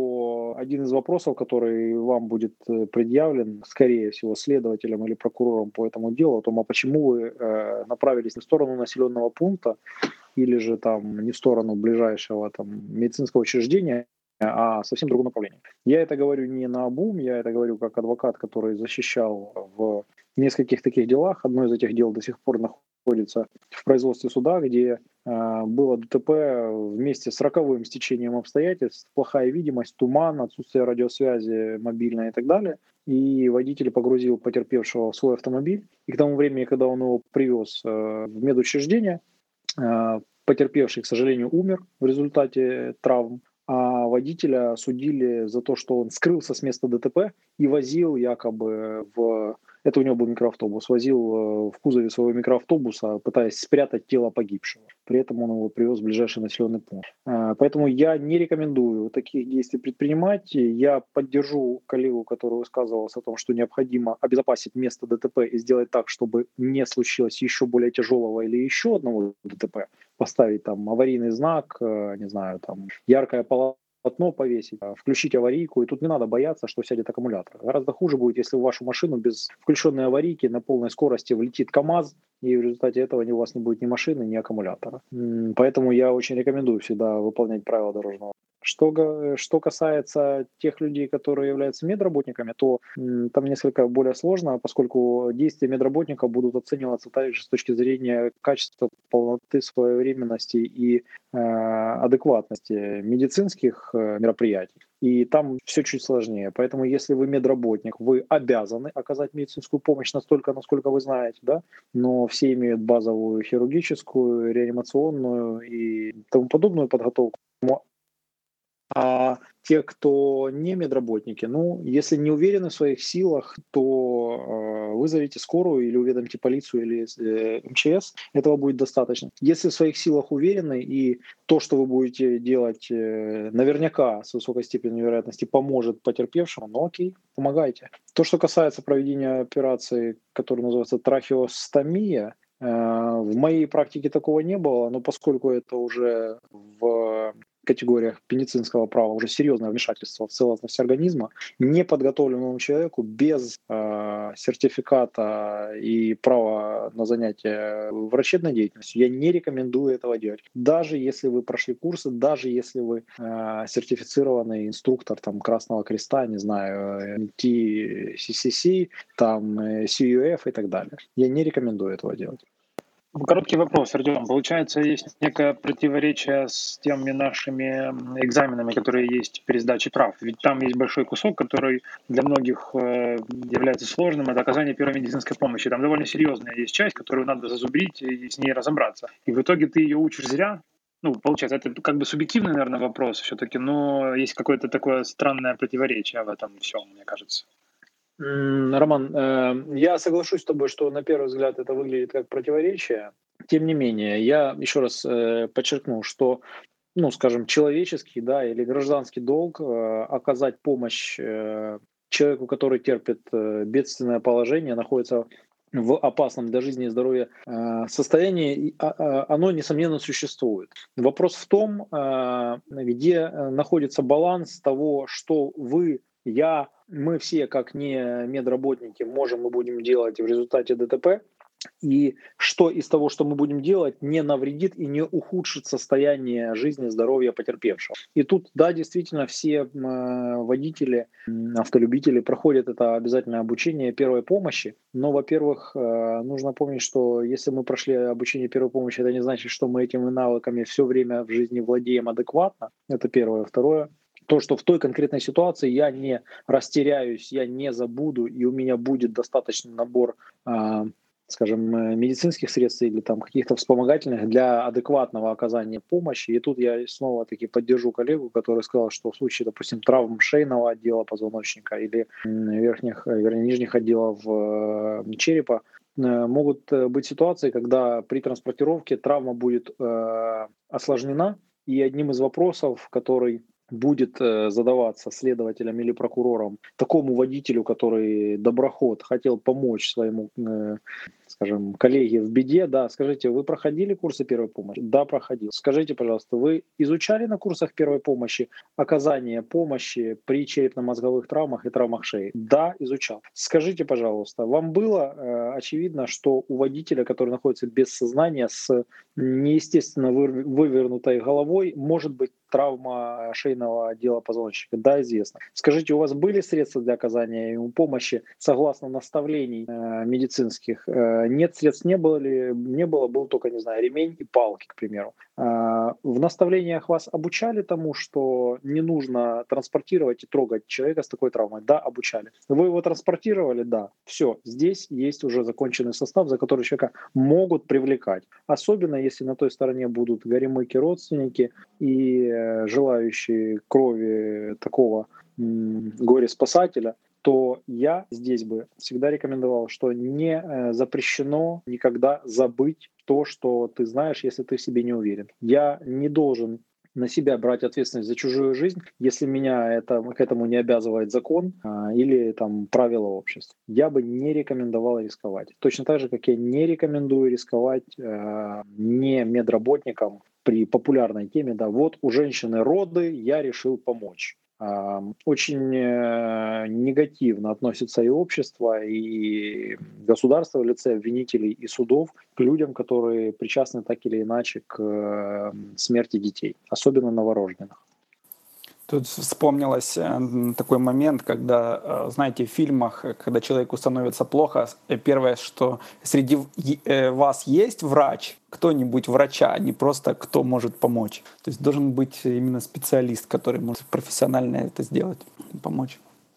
то один из вопросов, который вам будет предъявлен, скорее всего, следователем или прокурором по этому делу, о том, а почему вы направились в сторону населенного пункта или же там не в сторону ближайшего там медицинского учреждения, а совсем другом направлении. Я это говорю не наобум, я это говорю как адвокат, который защищал в нескольких таких делах. Одно из этих дел до сих пор находится в производстве суда, где было ДТП вместе с роковым стечением обстоятельств, плохая видимость, туман, отсутствие радиосвязи мобильной и так далее. И водитель погрузил потерпевшего в свой автомобиль. И к тому времени, когда он его привез в медучреждение, потерпевший, к сожалению, умер в результате травм, а водителя судили за то, что он скрылся с места ДТП и возил якобы это у него был микроавтобус, возил в кузове своего микроавтобуса, пытаясь спрятать тело погибшего. При этом он его привез в ближайший населенный пункт. Поэтому я не рекомендую таких действий предпринимать. Я поддержу коллегу, который высказывался о том, что необходимо обезопасить место ДТП и сделать так, чтобы не случилось еще более тяжелого или еще одного ДТП. Поставить там аварийный знак, не знаю, там яркое полотно повесить, включить аварийку, и тут не надо бояться, что сядет аккумулятор. Гораздо хуже будет, если в вашу машину без включенной аварийки на полной скорости влетит КАМАЗ, и в результате этого у вас не будет ни машины, ни аккумулятора. Поэтому я очень рекомендую всегда выполнять правила дорожного. Что касается тех людей, которые являются медработниками, то там несколько более сложно, поскольку действия медработника будут оцениваться также с точки зрения качества, полноты, своевременности и адекватности медицинских мероприятий. И там все чуть сложнее. Поэтому если вы медработник, вы обязаны оказать медицинскую помощь настолько, насколько вы знаете, да, но все имеют базовую хирургическую, реанимационную и тому подобную подготовку. А те, кто не медработники, если не уверены в своих силах, то вызовите скорую или уведомьте полицию или МЧС. Этого будет достаточно. Если в своих силах уверены, и то, что вы будете делать, наверняка с высокой степенью вероятности поможет потерпевшему, окей, помогайте. То, что касается проведения операции, которая называется трахеостомия, в моей практике такого не было, но поскольку это уже в категориях медицинского права уже серьезное вмешательство в целостность организма, неподготовленному человеку без сертификата и права на занятие врачебной деятельностью я не рекомендую этого делать. Даже если вы прошли курсы, даже если вы сертифицированный инструктор там, Красного Креста, не знаю, TCCC, там, CUF и так далее. Я не рекомендую этого делать. Короткий вопрос, Артем. Получается, есть некое противоречие с теми нашими экзаменами, которые есть при сдаче прав. Ведь там есть большой кусок, который для многих является сложным. Это оказание первой медицинской помощи. Там довольно серьезная есть часть, которую надо зазубрить и с ней разобраться. И в итоге ты ее учишь зря. Получается, это как бы субъективный, наверное, вопрос все-таки, но есть какое-то такое странное противоречие в этом всем, мне кажется. Роман, я соглашусь с тобой, что на первый взгляд это выглядит как противоречие. Тем не менее, я еще раз подчеркну, что, ну, скажем, человеческий, да, или гражданский долг оказать помощь человеку, который терпит бедственное положение, находится в опасном для жизни и здоровья состоянии, оно, несомненно, существует. Вопрос в том, где находится баланс того, что вы, я, мы все, как не медработники, можем и будем делать в результате ДТП, и что из того, что мы будем делать, не навредит и не ухудшит состояние жизни, здоровья потерпевшего. И тут, да, действительно, все водители, автолюбители проходят это обязательное обучение первой помощи. Но, во-первых, нужно помнить, что если мы прошли обучение первой помощи, это не значит, что мы этими навыками все время в жизни владеем адекватно. Это первое. Второе. То, что в той конкретной ситуации я не растеряюсь, я не забуду, и у меня будет достаточный набор, скажем, медицинских средств или там каких-то вспомогательных для адекватного оказания помощи. И тут я снова-таки поддержу коллегу, который сказал, что в случае, допустим, травм шейного отдела позвоночника или нижних отделов черепа, могут быть ситуации, когда при транспортировке травма будет осложнена, и одним из вопросов, который будет задаваться следователям или прокурором такому водителю, который доброход хотел помочь своему, скажем, коллеге в беде, да, скажите, вы проходили курсы первой помощи? Да, проходил. Скажите, пожалуйста, вы изучали на курсах первой помощи оказание помощи при черепно-мозговых травмах и травмах шеи? Да, изучал. Скажите, пожалуйста, вам было очевидно, что у водителя, который находится без сознания, с неестественно вывернутой головой, может быть травма шейного отдела позвоночника? Да, известно. Скажите, у вас были средства для оказания ему помощи согласно наставлений медицинских? Нет, средств не было ли? Не было, был только, не знаю, ремень и палки, к примеру. В наставлениях вас обучали тому, что не нужно транспортировать и трогать человека с такой травмой? Да, обучали. Вы его транспортировали? Да. Все, здесь есть уже законченный состав, за который человека могут привлекать. Особенно, если на той стороне будут горемыки родственники и желающие крови такого горе-спасателя, то я здесь бы всегда рекомендовал, что не запрещено никогда забыть то, что ты знаешь, если ты в себе не уверен. Я не должен на себя брать ответственность за чужую жизнь, если меня к этому не обязывает закон или там правила общества. Я бы не рекомендовал рисковать. Точно так же, как я не рекомендую рисковать не медработникам при популярной теме, да, вот у женщины роды, я решил помочь. Очень негативно относится и общество, и государство в лице обвинителей и судов к людям, которые причастны так или иначе к смерти детей, особенно новорожденных. Тут вспомнилось такой момент, когда, знаете, в фильмах, когда человеку становится плохо, первое, что среди вас есть врач, кто-нибудь врача, а не просто кто может помочь. То есть должен быть именно специалист, который может профессионально это сделать, помочь.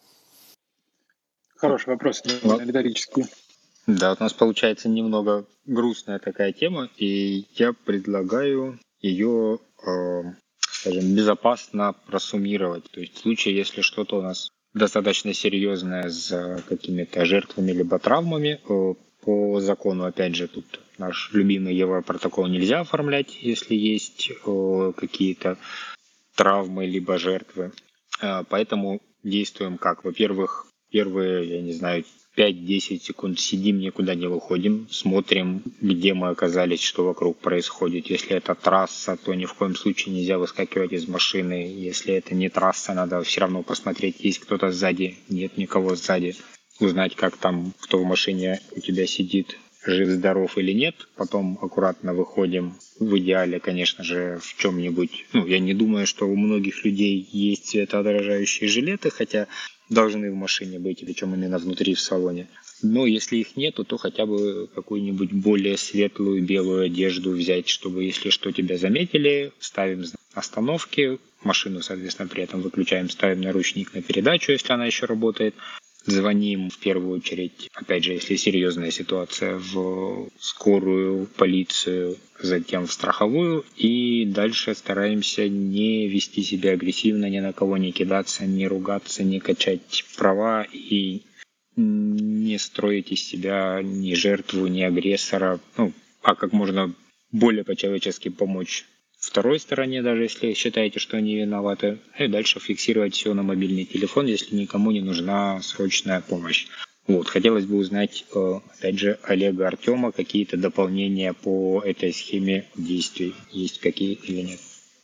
Хороший вопрос, риторический. Да, вот у нас получается немного грустная такая тема, и я предлагаю ее скажем, безопасно просуммировать. То есть в случае, если что-то у нас достаточно серьезное с какими-то жертвами либо травмами, по закону, опять же, тут наш любимый Европротокол нельзя оформлять, если есть какие-то травмы либо жертвы. Поэтому действуем как? Во-первых, первые, я не знаю, 5-10 секунд сидим, никуда не выходим, смотрим, где мы оказались, что вокруг происходит. Если это трасса, то ни в коем случае нельзя выскакивать из машины. Если это не трасса, надо все равно посмотреть, есть кто-то сзади, нет никого сзади. Узнать, как там, кто в машине у тебя сидит, жив-здоров или нет. Потом аккуратно выходим. В идеале, конечно же, в чем-нибудь... я не думаю, что у многих людей есть светоотражающие жилеты, хотя должны в машине быть, причем именно внутри в салоне. Но если их нету, то хотя бы какую-нибудь более светлую белую одежду взять, чтобы, если что, тебя заметили, ставим остановки, машину, соответственно, при этом выключаем, ставим наручник на передачу, если она еще работает. Звоним в первую очередь, опять же, если серьезная ситуация, в скорую, полицию, затем в страховую. И дальше стараемся не вести себя агрессивно, ни на кого не кидаться, не ругаться, не качать права и не строить из себя ни жертву, ни агрессора, а как можно более по-человечески помочь второй стороне, даже если считаете, что они виноваты, и дальше фиксировать все на мобильный телефон, если никому не нужна срочная помощь. Вот, хотелось бы узнать, опять же, Олега, Артема, какие-то дополнения по этой схеме действий, есть какие или нет?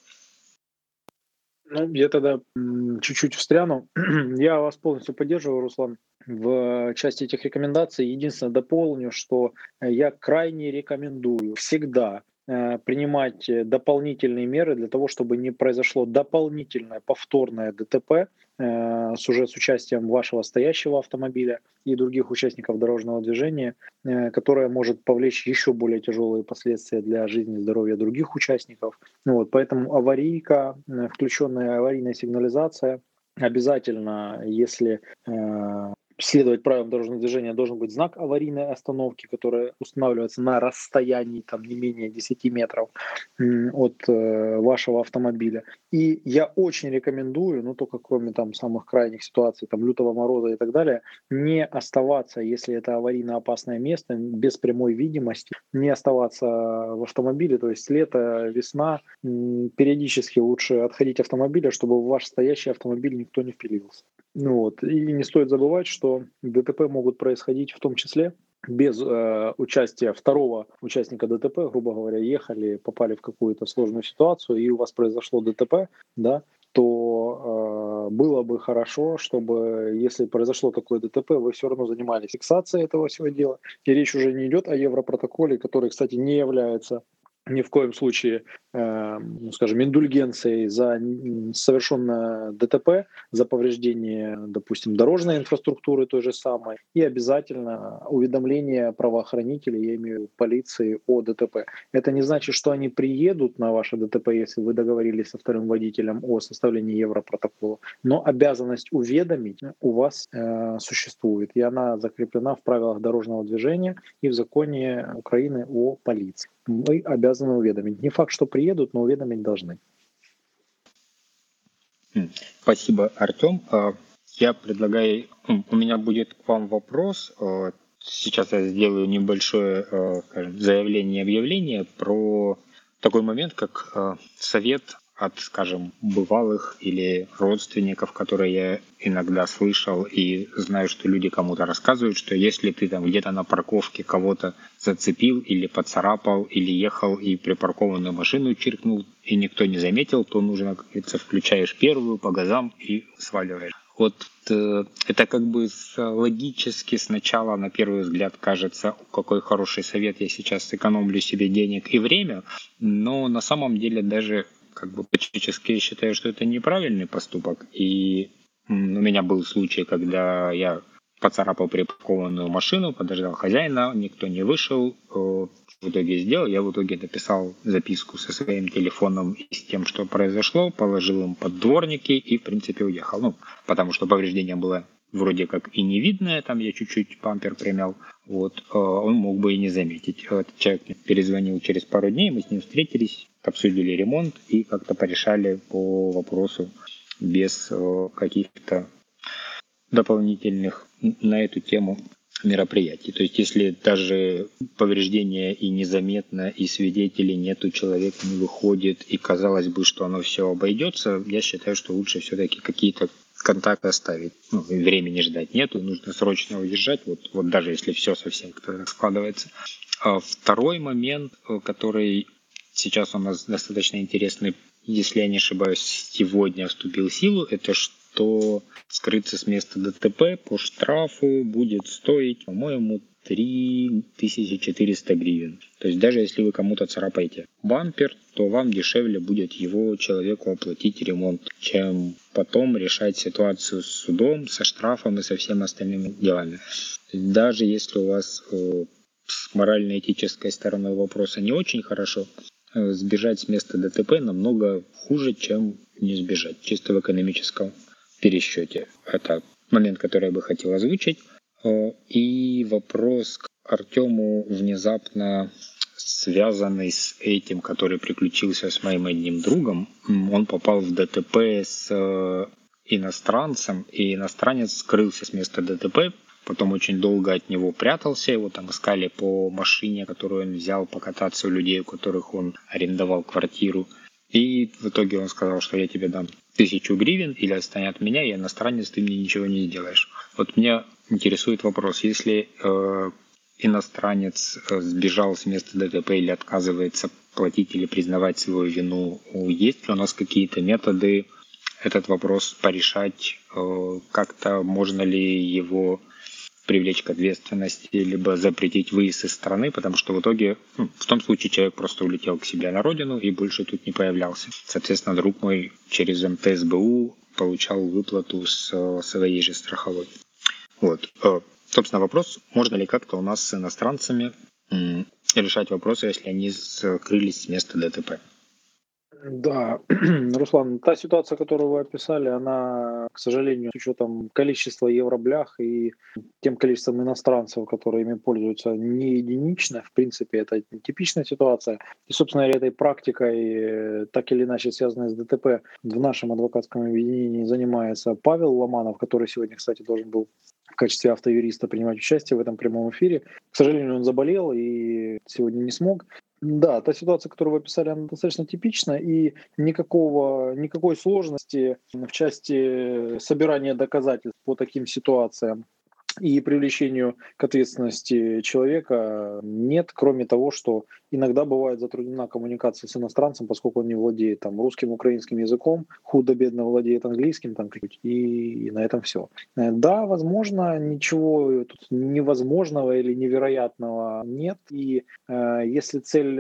Я тогда чуть-чуть встряну. Я вас полностью поддерживаю, Руслан, в части этих рекомендаций. Единственное, дополню, что я крайне рекомендую всегда принимать дополнительные меры для того, чтобы не произошло дополнительное повторное ДТП с участием вашего стоящего автомобиля и других участников дорожного движения, которое может повлечь еще более тяжелые последствия для жизни и здоровья других участников. Поэтому аварийка, включенная аварийная сигнализация, обязательно, если следовать правилам дорожного движения, должен быть знак аварийной остановки, который устанавливается на расстоянии не менее 10 метров от вашего автомобиля. И я очень рекомендую, только кроме самых крайних ситуаций, лютого мороза и так далее, не оставаться, если это аварийно опасное место, без прямой видимости, не оставаться в автомобиле, то есть лето, весна, периодически лучше отходить от автомобиля, чтобы в ваш стоящий автомобиль никто не впилился. И не стоит забывать, что ДТП могут происходить в том числе без участия второго участника ДТП, грубо говоря, ехали, попали в какую-то сложную ситуацию, и у вас произошло ДТП, то было бы хорошо, чтобы, если произошло такое ДТП, вы все равно занимались фиксацией этого всего дела. И речь уже не идет о европротоколе, который, кстати, не является ни в коем случае, индульгенцией за совершенное ДТП, за повреждение, допустим, дорожной инфраструктуры той же самой, и обязательно уведомление правоохранителей, я имею в виду полиции, о ДТП. Это не значит, что они приедут на ваше ДТП, если вы договорились со вторым водителем о составлении европротокола, но обязанность уведомить у вас существует, и она закреплена в правилах дорожного движения и в законе Украины о полиции. Мы обязаны уведомить. Не факт, что приедут, но уведомить должны. Спасибо, Артем. Я предлагаю, у меня будет к вам вопрос. Сейчас я сделаю небольшое, заявление, объявление про такой момент, как совет от, бывалых или родственников, которые я иногда слышал и знаю, что люди кому-то рассказывают, что если ты где-то на парковке кого-то зацепил или поцарапал, или ехал и припаркованную машину чиркнул, и никто не заметил, то нужно, как говорится, включаешь первую по газам и сваливаешь. Это логически сначала на первый взгляд кажется, какой хороший совет, я сейчас сэкономлю себе денег и время, но на самом деле даже по-человечески я считаю, что это неправильный поступок. И у меня был случай, когда я поцарапал припаркованную машину, подождал хозяина, никто не вышел. В итоге написал записку со своим телефоном и с тем, что произошло, положил им под дворники и, в принципе, уехал. Потому что повреждение было вроде как и не видное, я чуть-чуть бампер примял. Он мог бы и не заметить. Этот человек мне перезвонил через пару дней, мы с ним встретились, обсудили ремонт и как-то порешали по вопросу без каких-то дополнительных на эту тему мероприятий. То есть, если даже повреждение и незаметно, и свидетелей нету, человек не выходит, и казалось бы, что оно все обойдется, я считаю, что лучше все-таки какие-то контакты оставить. Времени ждать нету, нужно срочно уезжать, даже если все совсем как-то складывается. Второй момент, который сейчас у нас достаточно интересный, если я не ошибаюсь, сегодня вступил в силу, это что скрыться с места ДТП по штрафу будет стоить, по-моему, 3400 гривен. То есть даже если вы кому-то царапаете бампер, то вам дешевле будет его человеку оплатить ремонт, чем потом решать ситуацию с судом, со штрафом и со всеми остальными делами. Даже если у вас с морально-этической стороной вопроса не очень хорошо, сбежать с места ДТП намного хуже, чем не сбежать, чисто в экономическом пересчете. Это момент, который я бы хотел озвучить. И вопрос к Артему, внезапно связанный с этим, который приключился с моим одним другом. Он попал в ДТП с иностранцем, и иностранец скрылся с места ДТП, потом очень долго от него прятался, его там искали по машине, которую он взял покататься у людей, у которых он арендовал квартиру. И в итоге он сказал, что я тебе дам 1000 гривен или отстань от меня, я иностранец, ты мне ничего не сделаешь. Вот меня интересует вопрос, если иностранец сбежал с места ДТП или отказывается платить или признавать свою вину, есть ли у нас какие-то методы этот вопрос порешать, как-то можно ли его привлечь к ответственности, либо запретить выезд из страны, потому что в итоге, в том случае человек просто улетел к себе на родину и больше тут не появлялся. Соответственно, друг мой через МТСБУ получал выплату с своей же страховой. Вот. Собственно, вопрос, можно ли как-то у нас с иностранцами решать вопросы, если они скрылись с места ДТП. Да, Руслан, та ситуация, которую вы описали, она, к сожалению, с учетом количества евроблях и тем количеством иностранцев, которые ими пользуются, не единична. В принципе, это типичная ситуация. И, собственно говоря, этой практикой, так или иначе связанной с ДТП, в нашем адвокатском объединении занимается Павел Ломанов, который сегодня, кстати, должен был в качестве автоюриста принимать участие в этом прямом эфире. К сожалению, он заболел и сегодня не смог. Да, та ситуация, которую вы описали, она достаточно типична, и никакой сложности в части собирания доказательств по таким ситуациям и привлечению к ответственности человека нет, кроме того, что иногда бывает затруднена коммуникация с иностранцем, поскольку он не владеет там русским, украинским языком, худо-бедно владеет английским, там, и на этом все. Да, возможно, ничего тут невозможного или невероятного нет, и если цель,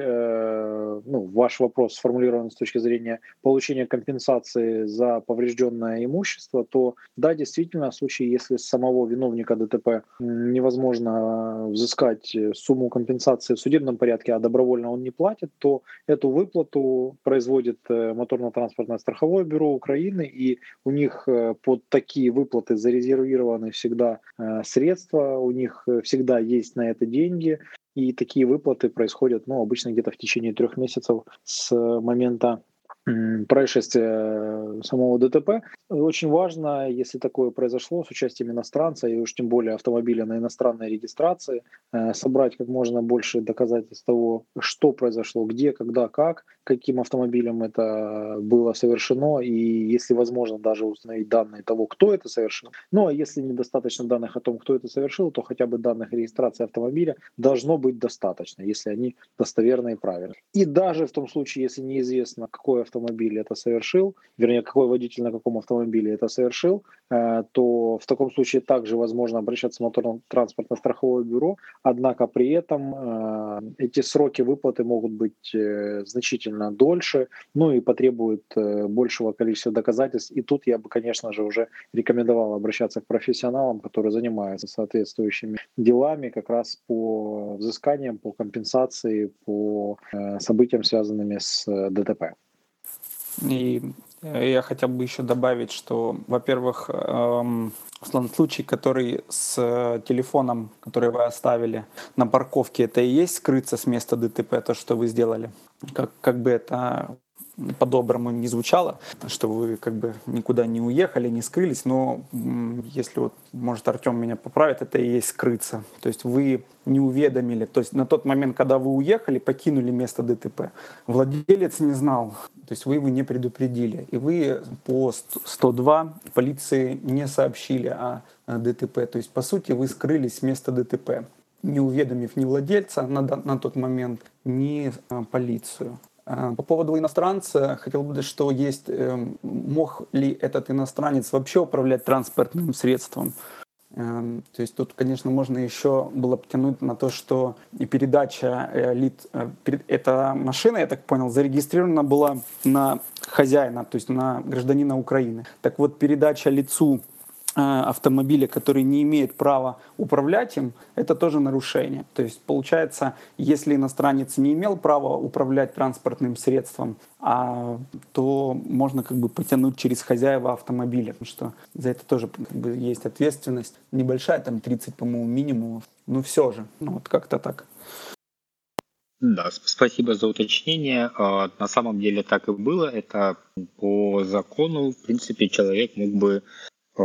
ваш вопрос сформулирован с точки зрения получения компенсации за поврежденное имущество, то да, действительно, в случае, если самого виновника ДТП невозможно взыскать сумму компенсации в судебном порядке, а добровольно он не платит, то эту выплату производит Моторно-транспортное страховое бюро Украины, и у них под такие выплаты зарезервированы всегда средства, у них всегда есть на это деньги, и такие выплаты происходят обычно где-то в течение 3 месяцев с момента происшествия самого ДТП. Очень важно, если такое произошло с участием иностранца, и уж тем более автомобиля на иностранной регистрации, собрать как можно больше доказательств того, что произошло, где, когда, как, каким автомобилем это было совершено, и если возможно даже установить данные того, кто это совершил. Ну а если недостаточно данных о том, кто это совершил, то хотя бы данных регистрации автомобиля должно быть достаточно, если они достоверны и правильны. И даже в том случае, если неизвестно, какой автомобиль это совершил, вернее, какой водитель на каком автомобиле это совершил, то в таком случае также возможно обращаться в моторно-транспортное страховое бюро, однако при этом эти сроки выплаты могут быть значительно дольше, и потребуют большего количества доказательств. И тут я бы, конечно же, уже рекомендовал обращаться к профессионалам, которые занимаются соответствующими делами как раз по взысканиям, по компенсации, по событиям, связанными с ДТП. И я хотел бы еще добавить, что, во-первых, случай, который с телефоном, который вы оставили на парковке, это и есть скрыться с места ДТП, то, что вы сделали. Как бы это по-доброму не звучало, что вы как бы никуда не уехали, не скрылись, но если может Артем меня поправит, это и есть скрыться. То есть вы не уведомили, то есть на тот момент, когда вы уехали, покинули место ДТП, владелец не знал, то есть вы его не предупредили, и вы по 102 полиции не сообщили о ДТП, то есть по сути вы скрылись с места ДТП, не уведомив ни владельца на тот момент, ни полицию. По поводу иностранца, хотел бы сказать, что есть, мог ли этот иностранец вообще управлять транспортным средством. То есть тут, конечно, можно еще было потянуть на то, что и передача эта машина, я так понял, зарегистрирована была на хозяина, то есть на гражданина Украины. Так вот, передача лицу автомобиля, который не имеет права управлять им, это тоже нарушение. То есть получается, если иностранец не имел права управлять транспортным средством, то можно как бы потянуть через хозяева автомобиля, потому что за это тоже как бы есть ответственность. Небольшая, там 30, по-моему, минимум. Но все же, вот как-то так. Да, спасибо за уточнение. На самом деле так и было. Это по закону, в принципе, человек мог бы, опять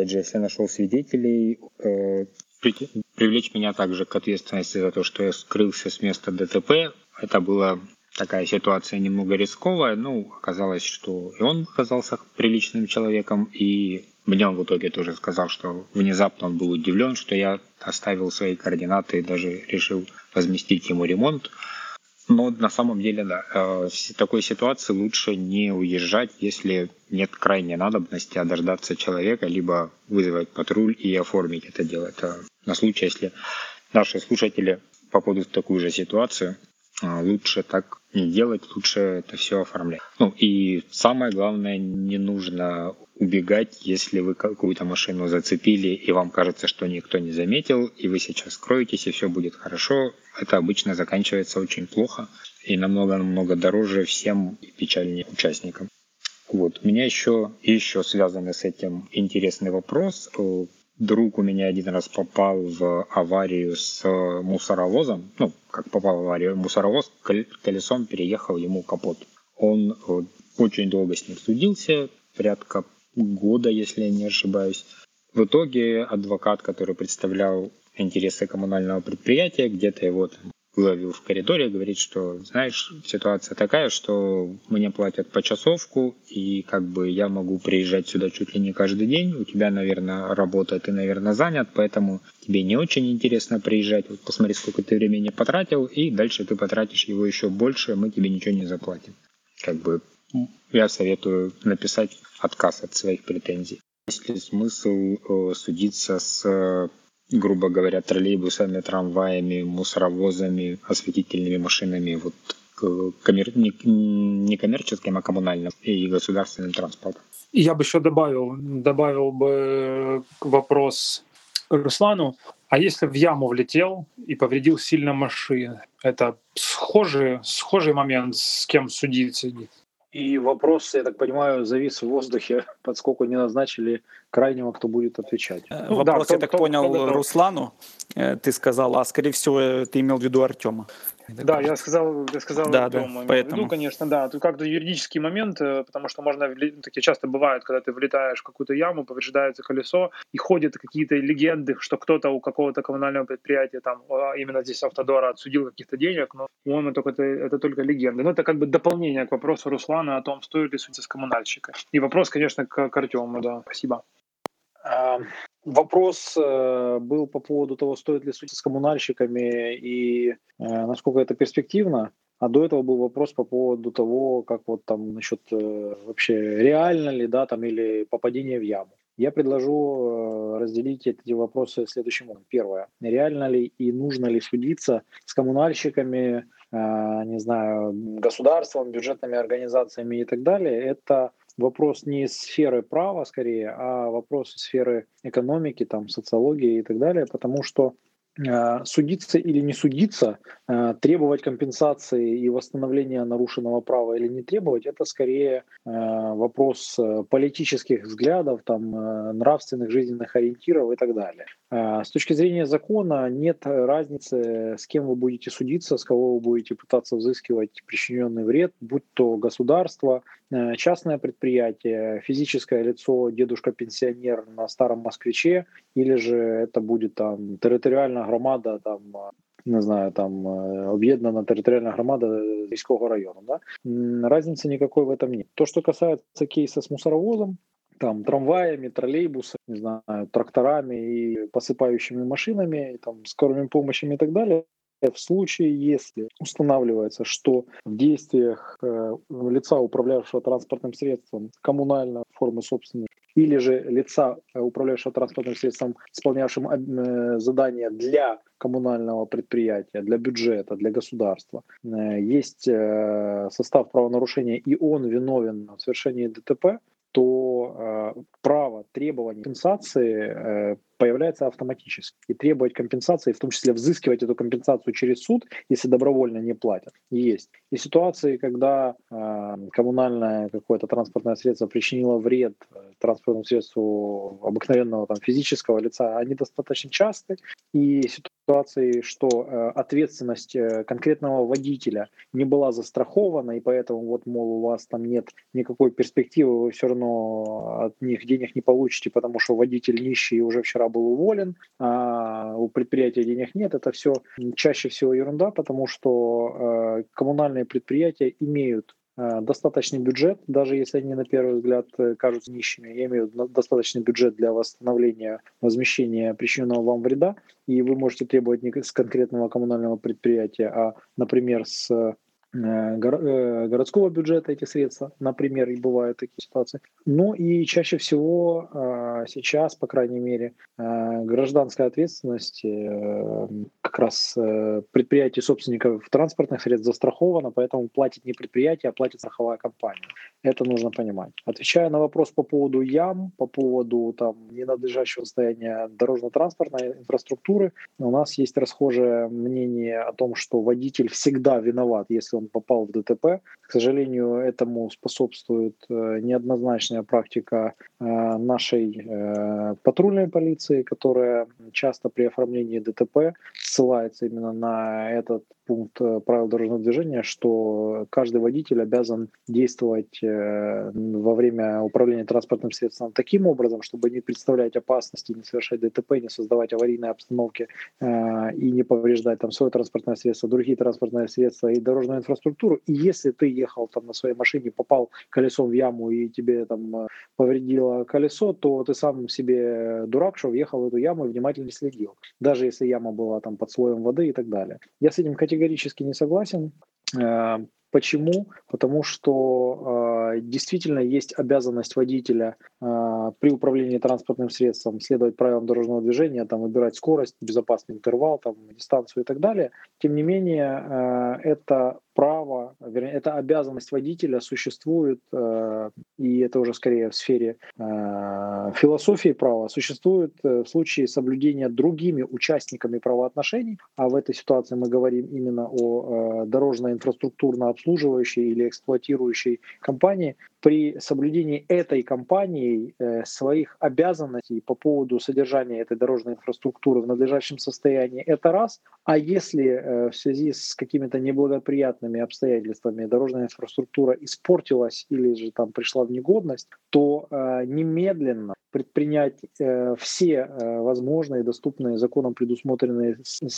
опять же, если нашел свидетелей, привлечь меня также к ответственности за то, что я скрылся с места ДТП. Это была такая ситуация немного рисковая. Оказалось, что и он оказался приличным человеком, и мне он в итоге тоже сказал, что внезапно он был удивлен, что я оставил свои координаты и даже решил возместить ему ремонт. Но на самом деле, да, в такой ситуации лучше не уезжать, если нет крайней надобности, а дождаться человека, либо вызвать патруль и оформить это дело. Это на случай, если наши слушатели попадут в такую же ситуацию, лучше так не делать, лучше это все оформлять. И самое главное, не нужно убегать, если вы какую-то машину зацепили, и вам кажется, что никто не заметил, и вы сейчас скроетесь, и все будет хорошо. Это обычно заканчивается очень плохо и намного-намного дороже всем и печальнее участникам. У меня еще связанный с этим интересный вопрос. Друг у меня один раз попал в аварию с мусоровозом. Как попал в аварию, мусоровоз колесом переехал ему капот. Он очень долго с ним судился, порядка года, если я не ошибаюсь. В итоге адвокат, который представлял интересы коммунального предприятия, где-то его выловил в коридоре, говорит, что, знаешь, ситуация такая, что мне платят почасовку, и я могу приезжать сюда чуть ли не каждый день, у тебя, наверное, работа, ты, наверное, занят, поэтому тебе не очень интересно приезжать, посмотри, сколько ты времени потратил, и дальше ты потратишь его еще больше, мы тебе ничего не заплатим. Я советую написать отказ от своих претензий. Есть ли смысл судиться с, грубо говоря, троллейбусами, трамваями, мусоровозами, осветительными машинами, не коммерческим, а коммунальным и государственным транспортом? Я бы еще добавил бы вопрос Руслану. А если в яму влетел и повредил сильно машину, это схожий момент, с кем судиться? И вопрос, я так понимаю, завис в воздухе, поскольку не назначили крайнего, кто будет отвечать. Вопрос, я так понял, Руслану. Ты сказал, а скорее всего ты имел в виду Артема. Да, я сказал Да, Артёма, поэтому. имел в виду, конечно, да. Тут как-то юридический момент, потому что такие часто бывают, когда ты влетаешь в какую-то яму, повреждается колесо, и ходят какие-то легенды, что кто-то у какого-то коммунального предприятия, именно здесь Автодора, отсудил каких-то денег, но, по-моему, это только легенды. Но это дополнение к вопросу Руслана о том, стоит ли судиться с коммунальщиком. И вопрос, конечно, к Артёму, да. Спасибо. Вопрос был по поводу того, стоит ли судиться с коммунальщиками и насколько это перспективно. А до этого был вопрос по поводу того, как насчет вообще реально ли, или попадение в яму. Я предложу разделить эти вопросы следующим образом. Первое. Реально ли и нужно ли судиться с коммунальщиками, государством, бюджетными организациями и так далее? Это вопрос не из сферы права, скорее, а вопрос из сферы экономики, социологии и так далее, потому что судиться или не судиться, требовать компенсации и восстановления нарушенного права или не требовать, это скорее вопрос политических взглядов, нравственных, жизненных ориентиров и так далее. С точки зрения закона нет разницы, с кем вы будете судиться, с кого вы будете пытаться взыскивать причиненный вред, будь то государство, частное предприятие, физическое лицо, дедушка-пенсионер на старом москвиче, или же это будет территориальная громада, объединена территориальная громада Рижского района. Да? Разницы никакой в этом нет. То, что касается кейса с мусоровозом, трамваями, троллейбусами, тракторами и посыпающими машинами, скорыми помощями и так далее, в случае, если устанавливается, что в действиях лица, управлявшего транспортным средством коммунальной формы собственности, или же лица, управляющего транспортным средством, исполнявшим задания для коммунального предприятия, для бюджета, для государства, есть состав правонарушения, и он виновен в совершении ДТП, то право требования компенсации появляется автоматически. И требовать компенсации, в том числе взыскивать эту компенсацию через суд, если добровольно не платят, есть. И ситуации, когда коммунальное какое-то транспортное средство причинило вред транспортному средству обыкновенного там, физического лица, они достаточно часты. И ситуации, что ответственность конкретного водителя не была застрахована, и поэтому вот, мол, у вас там нет никакой перспективы, вы все равно от них денег не получите, потому что водитель нищий и уже вчера был уволен, а у предприятия денег нет, это все чаще всего ерунда, потому что коммунальные предприятия имеют достаточный бюджет, даже если они на первый взгляд кажутся нищими, я имею в виду достаточный бюджет для восстановления, возмещения причиненного вам вреда, и вы можете требовать не с конкретного коммунального предприятия, а, например, с городского бюджета эти средства, например, и бывают такие ситуации. Ну и чаще всего сейчас, по крайней мере, гражданская ответственность как раз предприятий собственников транспортных средств застрахована, поэтому платит не предприятие, а платит страховая компания. Это нужно понимать. Отвечая на вопрос по поводу ям, по поводу там, ненадлежащего состояния дорожно-транспортной инфраструктуры, у нас есть расхожее мнение о том, что водитель всегда виноват, если он попал в ДТП. К сожалению, этому способствует неоднозначная практика нашей патрульной полиции, которая часто при оформлении ДТП ссылается именно на этот пункт правил дорожного движения, что каждый водитель обязан действовать во время управления транспортным средством таким образом, чтобы не представлять опасности, не совершать ДТП, не создавать аварийные обстановки и не повреждать там свое транспортное средство, другие транспортные средства и дорожную инфраструктуру. И если ты ехал там на своей машине, попал колесом в яму и тебе там повредило колесо, то ты сам себе дурак, что въехал в эту яму и внимательно следил, даже если яма была там под слоем воды и так далее. Я с этим категорически не согласен. Почему? Потому что действительно есть обязанность водителя при управлении транспортным средством следовать правилам дорожного движения, там, выбирать скорость, безопасный интервал, там, дистанцию и так далее. Тем не менее, это право, вернее, эта обязанность водителя существует, и это уже скорее в сфере философии права, существует в случае соблюдения другими участниками правоотношений, а в этой ситуации мы говорим именно о дорожно-инфраструктурно обслуживающей или эксплуатирующей компании, при соблюдении этой компанией своих обязанностей по поводу содержания этой дорожной инфраструктуры в надлежащем состоянии, это раз. А если в связи с какими-то неблагоприятными обстоятельствами дорожная инфраструктура испортилась или же там пришла в негодность, то немедленно предпринять все возможные, доступные законом предусмотренные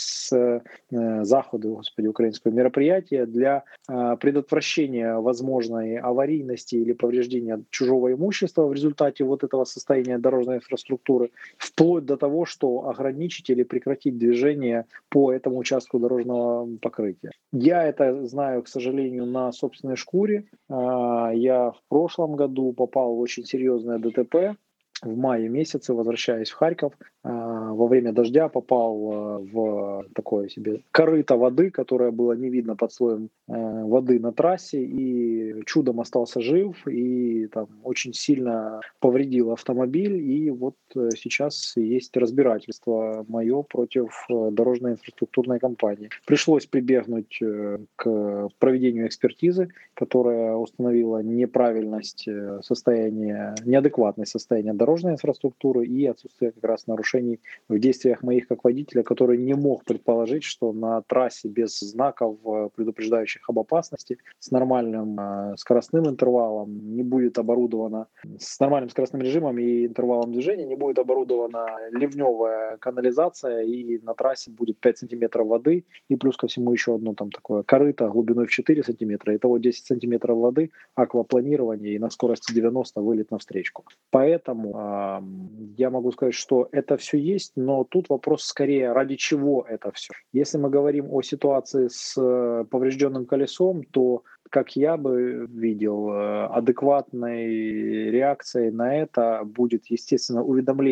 заходы, украинского мероприятия для предотвращения возможной аварийности или повреждения чужого имущества в результате вот этого состояния дорожной инфраструктуры, вплоть до того, что ограничить или прекратить движение по этому участку дорожного покрытия. Я это знаю, к сожалению, на собственной шкуре. Я в прошлом году попал в очень серьезное ДТП. В мае месяце, возвращаясь в Харьков, во время дождя попал в такое себе корыто воды, которое было не видно под слоем воды на трассе, и чудом остался жив, и там очень сильно повредил автомобиль, и вот сейчас есть разбирательство мое против дорожной инфраструктурной компании. Пришлось прибегнуть к проведению экспертизы, которая установила неправильность состояния, неадекватность состояния дорожной инфраструктуры и отсутствие как раз нарушений в действиях моих как водителя, который не мог предположить, что на трассе без знаков, предупреждающих об опасности, с нормальным скоростным интервалом не будет оборудована, с нормальным скоростным режимом и интервалом движения не будет оборудована ливневая канализация, и на трассе будет 5 сантиметров воды, и плюс ко всему еще одно там такое корыто глубиной в 4 сантиметра, итого 10 сантиметров воды, аквапланирование и на скорости 90 вылет на встречку. Поэтому я могу сказать, что это все есть, но тут вопрос скорее, ради чего это все. Если мы говорим о ситуации с поврежденным колесом, то, как я бы видел, адекватной реакцией на это будет, естественно,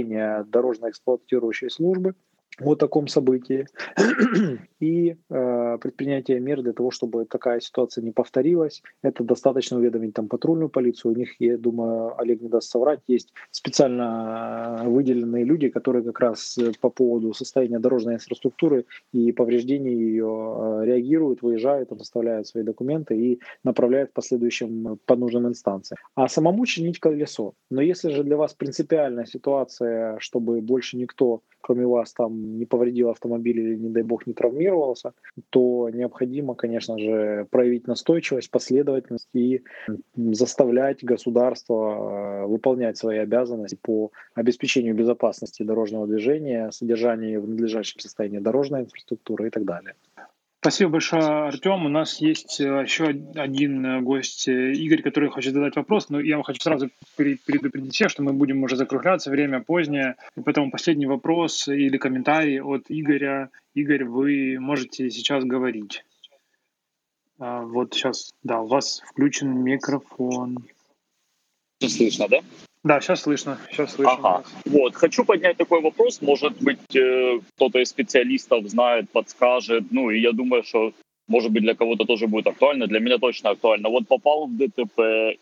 уведомление дорожно-эксплуатирующей службы о таком событии и предпринятия мер для того, чтобы такая ситуация не повторилась. Это достаточно уведомить там патрульную полицию. У них, я думаю, Олег не даст соврать, есть специально выделенные люди, которые как раз по поводу состояния дорожной инфраструктуры и повреждений ее реагируют, выезжают, доставляют свои документы и направляют в последующем по нужным инстанциям. А самому чинить колесо. Но если же для вас принципиальная ситуация, чтобы больше никто, кроме вас, там не повредил автомобиль или, не дай бог, не травмировался, то необходимо, конечно же, проявить настойчивость, последовательность и заставлять государство выполнять свои обязанности по обеспечению безопасности дорожного движения, содержанию в надлежащем состоянии дорожной инфраструктуры и так далее. Спасибо большое, Артем. У нас есть еще один гость, Игорь, который хочет задать вопрос. Но я вам хочу сразу предупредить всех, что мы будем уже закругляться, время позднее. Поэтому последний вопрос или комментарий от Игоря. Игорь, вы можете сейчас говорить. Вот сейчас, да, у вас включен микрофон. Слышно, да? Да, сейчас слышно. Ага. Вот, хочу поднять такой вопрос. Может быть, кто-то из специалистов знает, подскажет. Ну, и я думаю, что, может быть, для кого-то тоже будет актуально. Для меня точно актуально. Вот попал в ДТП,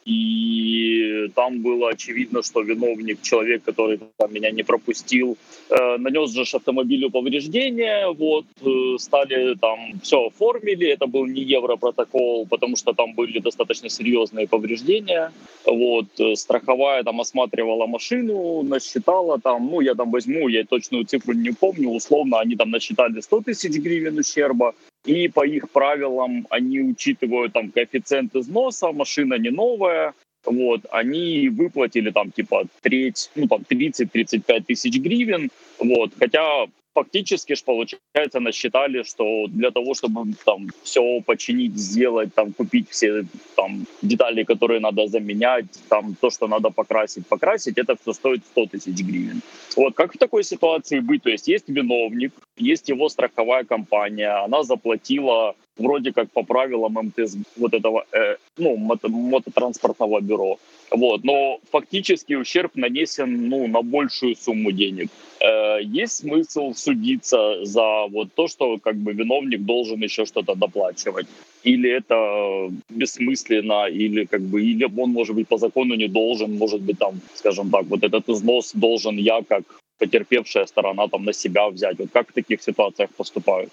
и там было очевидно, что виновник, человек, который там меня не пропустил, нанес же автомобилю повреждения. Вот, стали там, все оформили. Это был не Европротокол, потому что там были достаточно серьезные повреждения. Вот, страховая там осматривала машину, насчитала там, ну, я там возьму, я точную цифру не помню, условно, они там насчитали 100 тысяч гривен ущерба, и по их правилам они учитывают там коэффициент износа, машина не новая, вот, они выплатили там типа треть, ну, там 30-35 тысяч гривен, вот, хотя фактически ж получается насчитали, что для того, чтобы там все починить, сделать, там купить все там детали, которые надо заменять, там то, что надо покрасить, это все стоит 100 тысяч гривен. Вот как в такой ситуации быть? То есть виновник, есть его страховая компания, она заплатила вроде как по правилам МТС вот этого, мототранспортного бюро. Вот, но фактически ущерб нанесен, ну, на большую сумму денег. Есть смысл судиться за вот то, что как бы виновник должен еще что-то доплачивать? Или это бессмысленно, или как бы, или он, может быть, по закону не должен, может быть, там, скажем так, вот этот износ должен я, как потерпевшая сторона, там, на себя взять. Вот как в таких ситуациях поступают?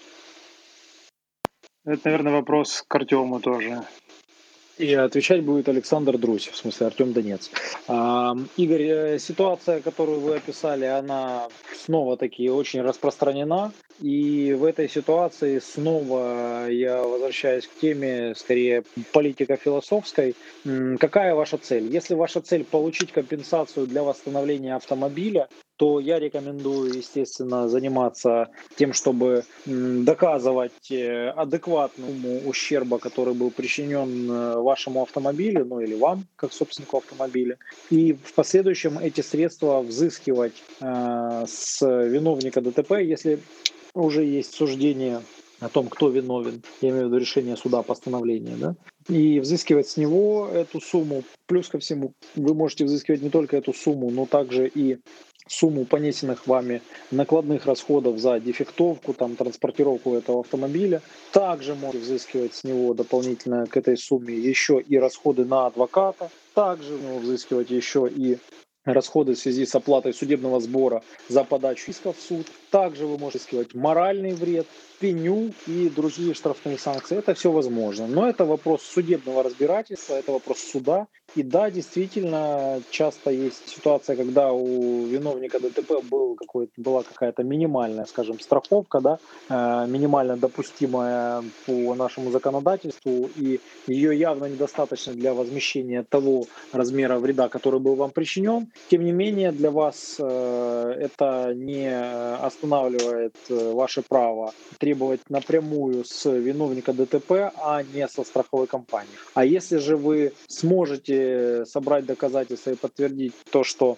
Это, наверное, вопрос к Артему тоже. И отвечать будет Александр Друзь, в смысле Артем Донец. Игорь, ситуация, которую вы описали, она снова-таки очень распространена. И в этой ситуации снова я возвращаюсь к теме, скорее, политико-философской. Какая ваша цель? Если ваша цель получить компенсацию для восстановления автомобиля, то я рекомендую, естественно, заниматься тем, чтобы доказывать адекватную сумму ущерба, который был причинен вашему автомобилю, ну или вам, как собственнику автомобиля, и в последующем эти средства взыскивать с виновника ДТП, если уже есть суждение о том, кто виновен, я имею в виду решение суда, постановление, да, и взыскивать с него эту сумму. Плюс ко всему, вы можете взыскивать не только эту сумму, но также и сумму понесенных вами накладных расходов за дефектовку, там, транспортировку этого автомобиля. Также можете взыскивать с него дополнительно к этой сумме еще и расходы на адвоката. Также взыскивать еще и расходы в связи с оплатой судебного сбора за подачу иска в суд. Также вы можете взыскивать моральный вред, пеню и другие штрафные санкции. Это все возможно. Но это вопрос судебного разбирательства, это вопрос суда. И да, действительно, часто есть ситуация, когда у виновника ДТП была какая-то минимальная, скажем, страховка, да, минимально допустимая по нашему законодательству, и ее явно недостаточно для возмещения того размера вреда, который был вам причинен. Тем не менее, для вас это не останавливает ваше право требовать напрямую с виновника ДТП, а не со страховой компанией. А если же вы сможете собрать доказательства и подтвердить то, что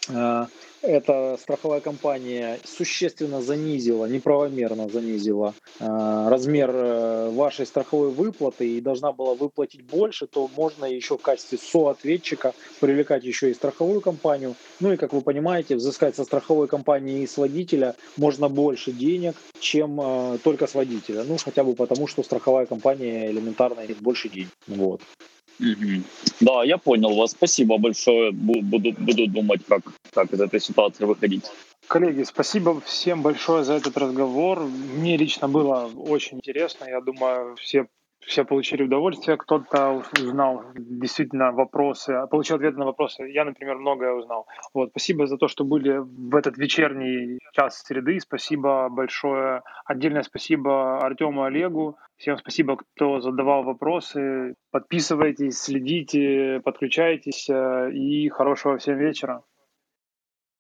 эта страховая компания существенно занизила, неправомерно занизила размер вашей страховой выплаты и должна была выплатить больше, то можно еще в качестве соответчика привлекать еще и страховую компанию. Ну и, как вы понимаете, взыскать со страховой компании и с водителя можно больше денег, чем только с водителя. Ну, хотя бы потому, что страховая компания элементарно имеет больше денег. Вот. Мгм. Да, я понял вас. Спасибо большое. Буду думать, как из этой ситуации выходить. Коллеги, спасибо всем большое за этот разговор. Мне лично было очень интересно. Я думаю, все получили удовольствие. Кто-то узнал действительно вопросы, получил ответы на вопросы. Я, например, многое узнал. Вот, спасибо за то, что были в этот вечерний час среды. Спасибо большое. Отдельное спасибо Артему и Олегу. Всем спасибо, кто задавал вопросы. Подписывайтесь, следите, подключайтесь. И хорошего всем вечера.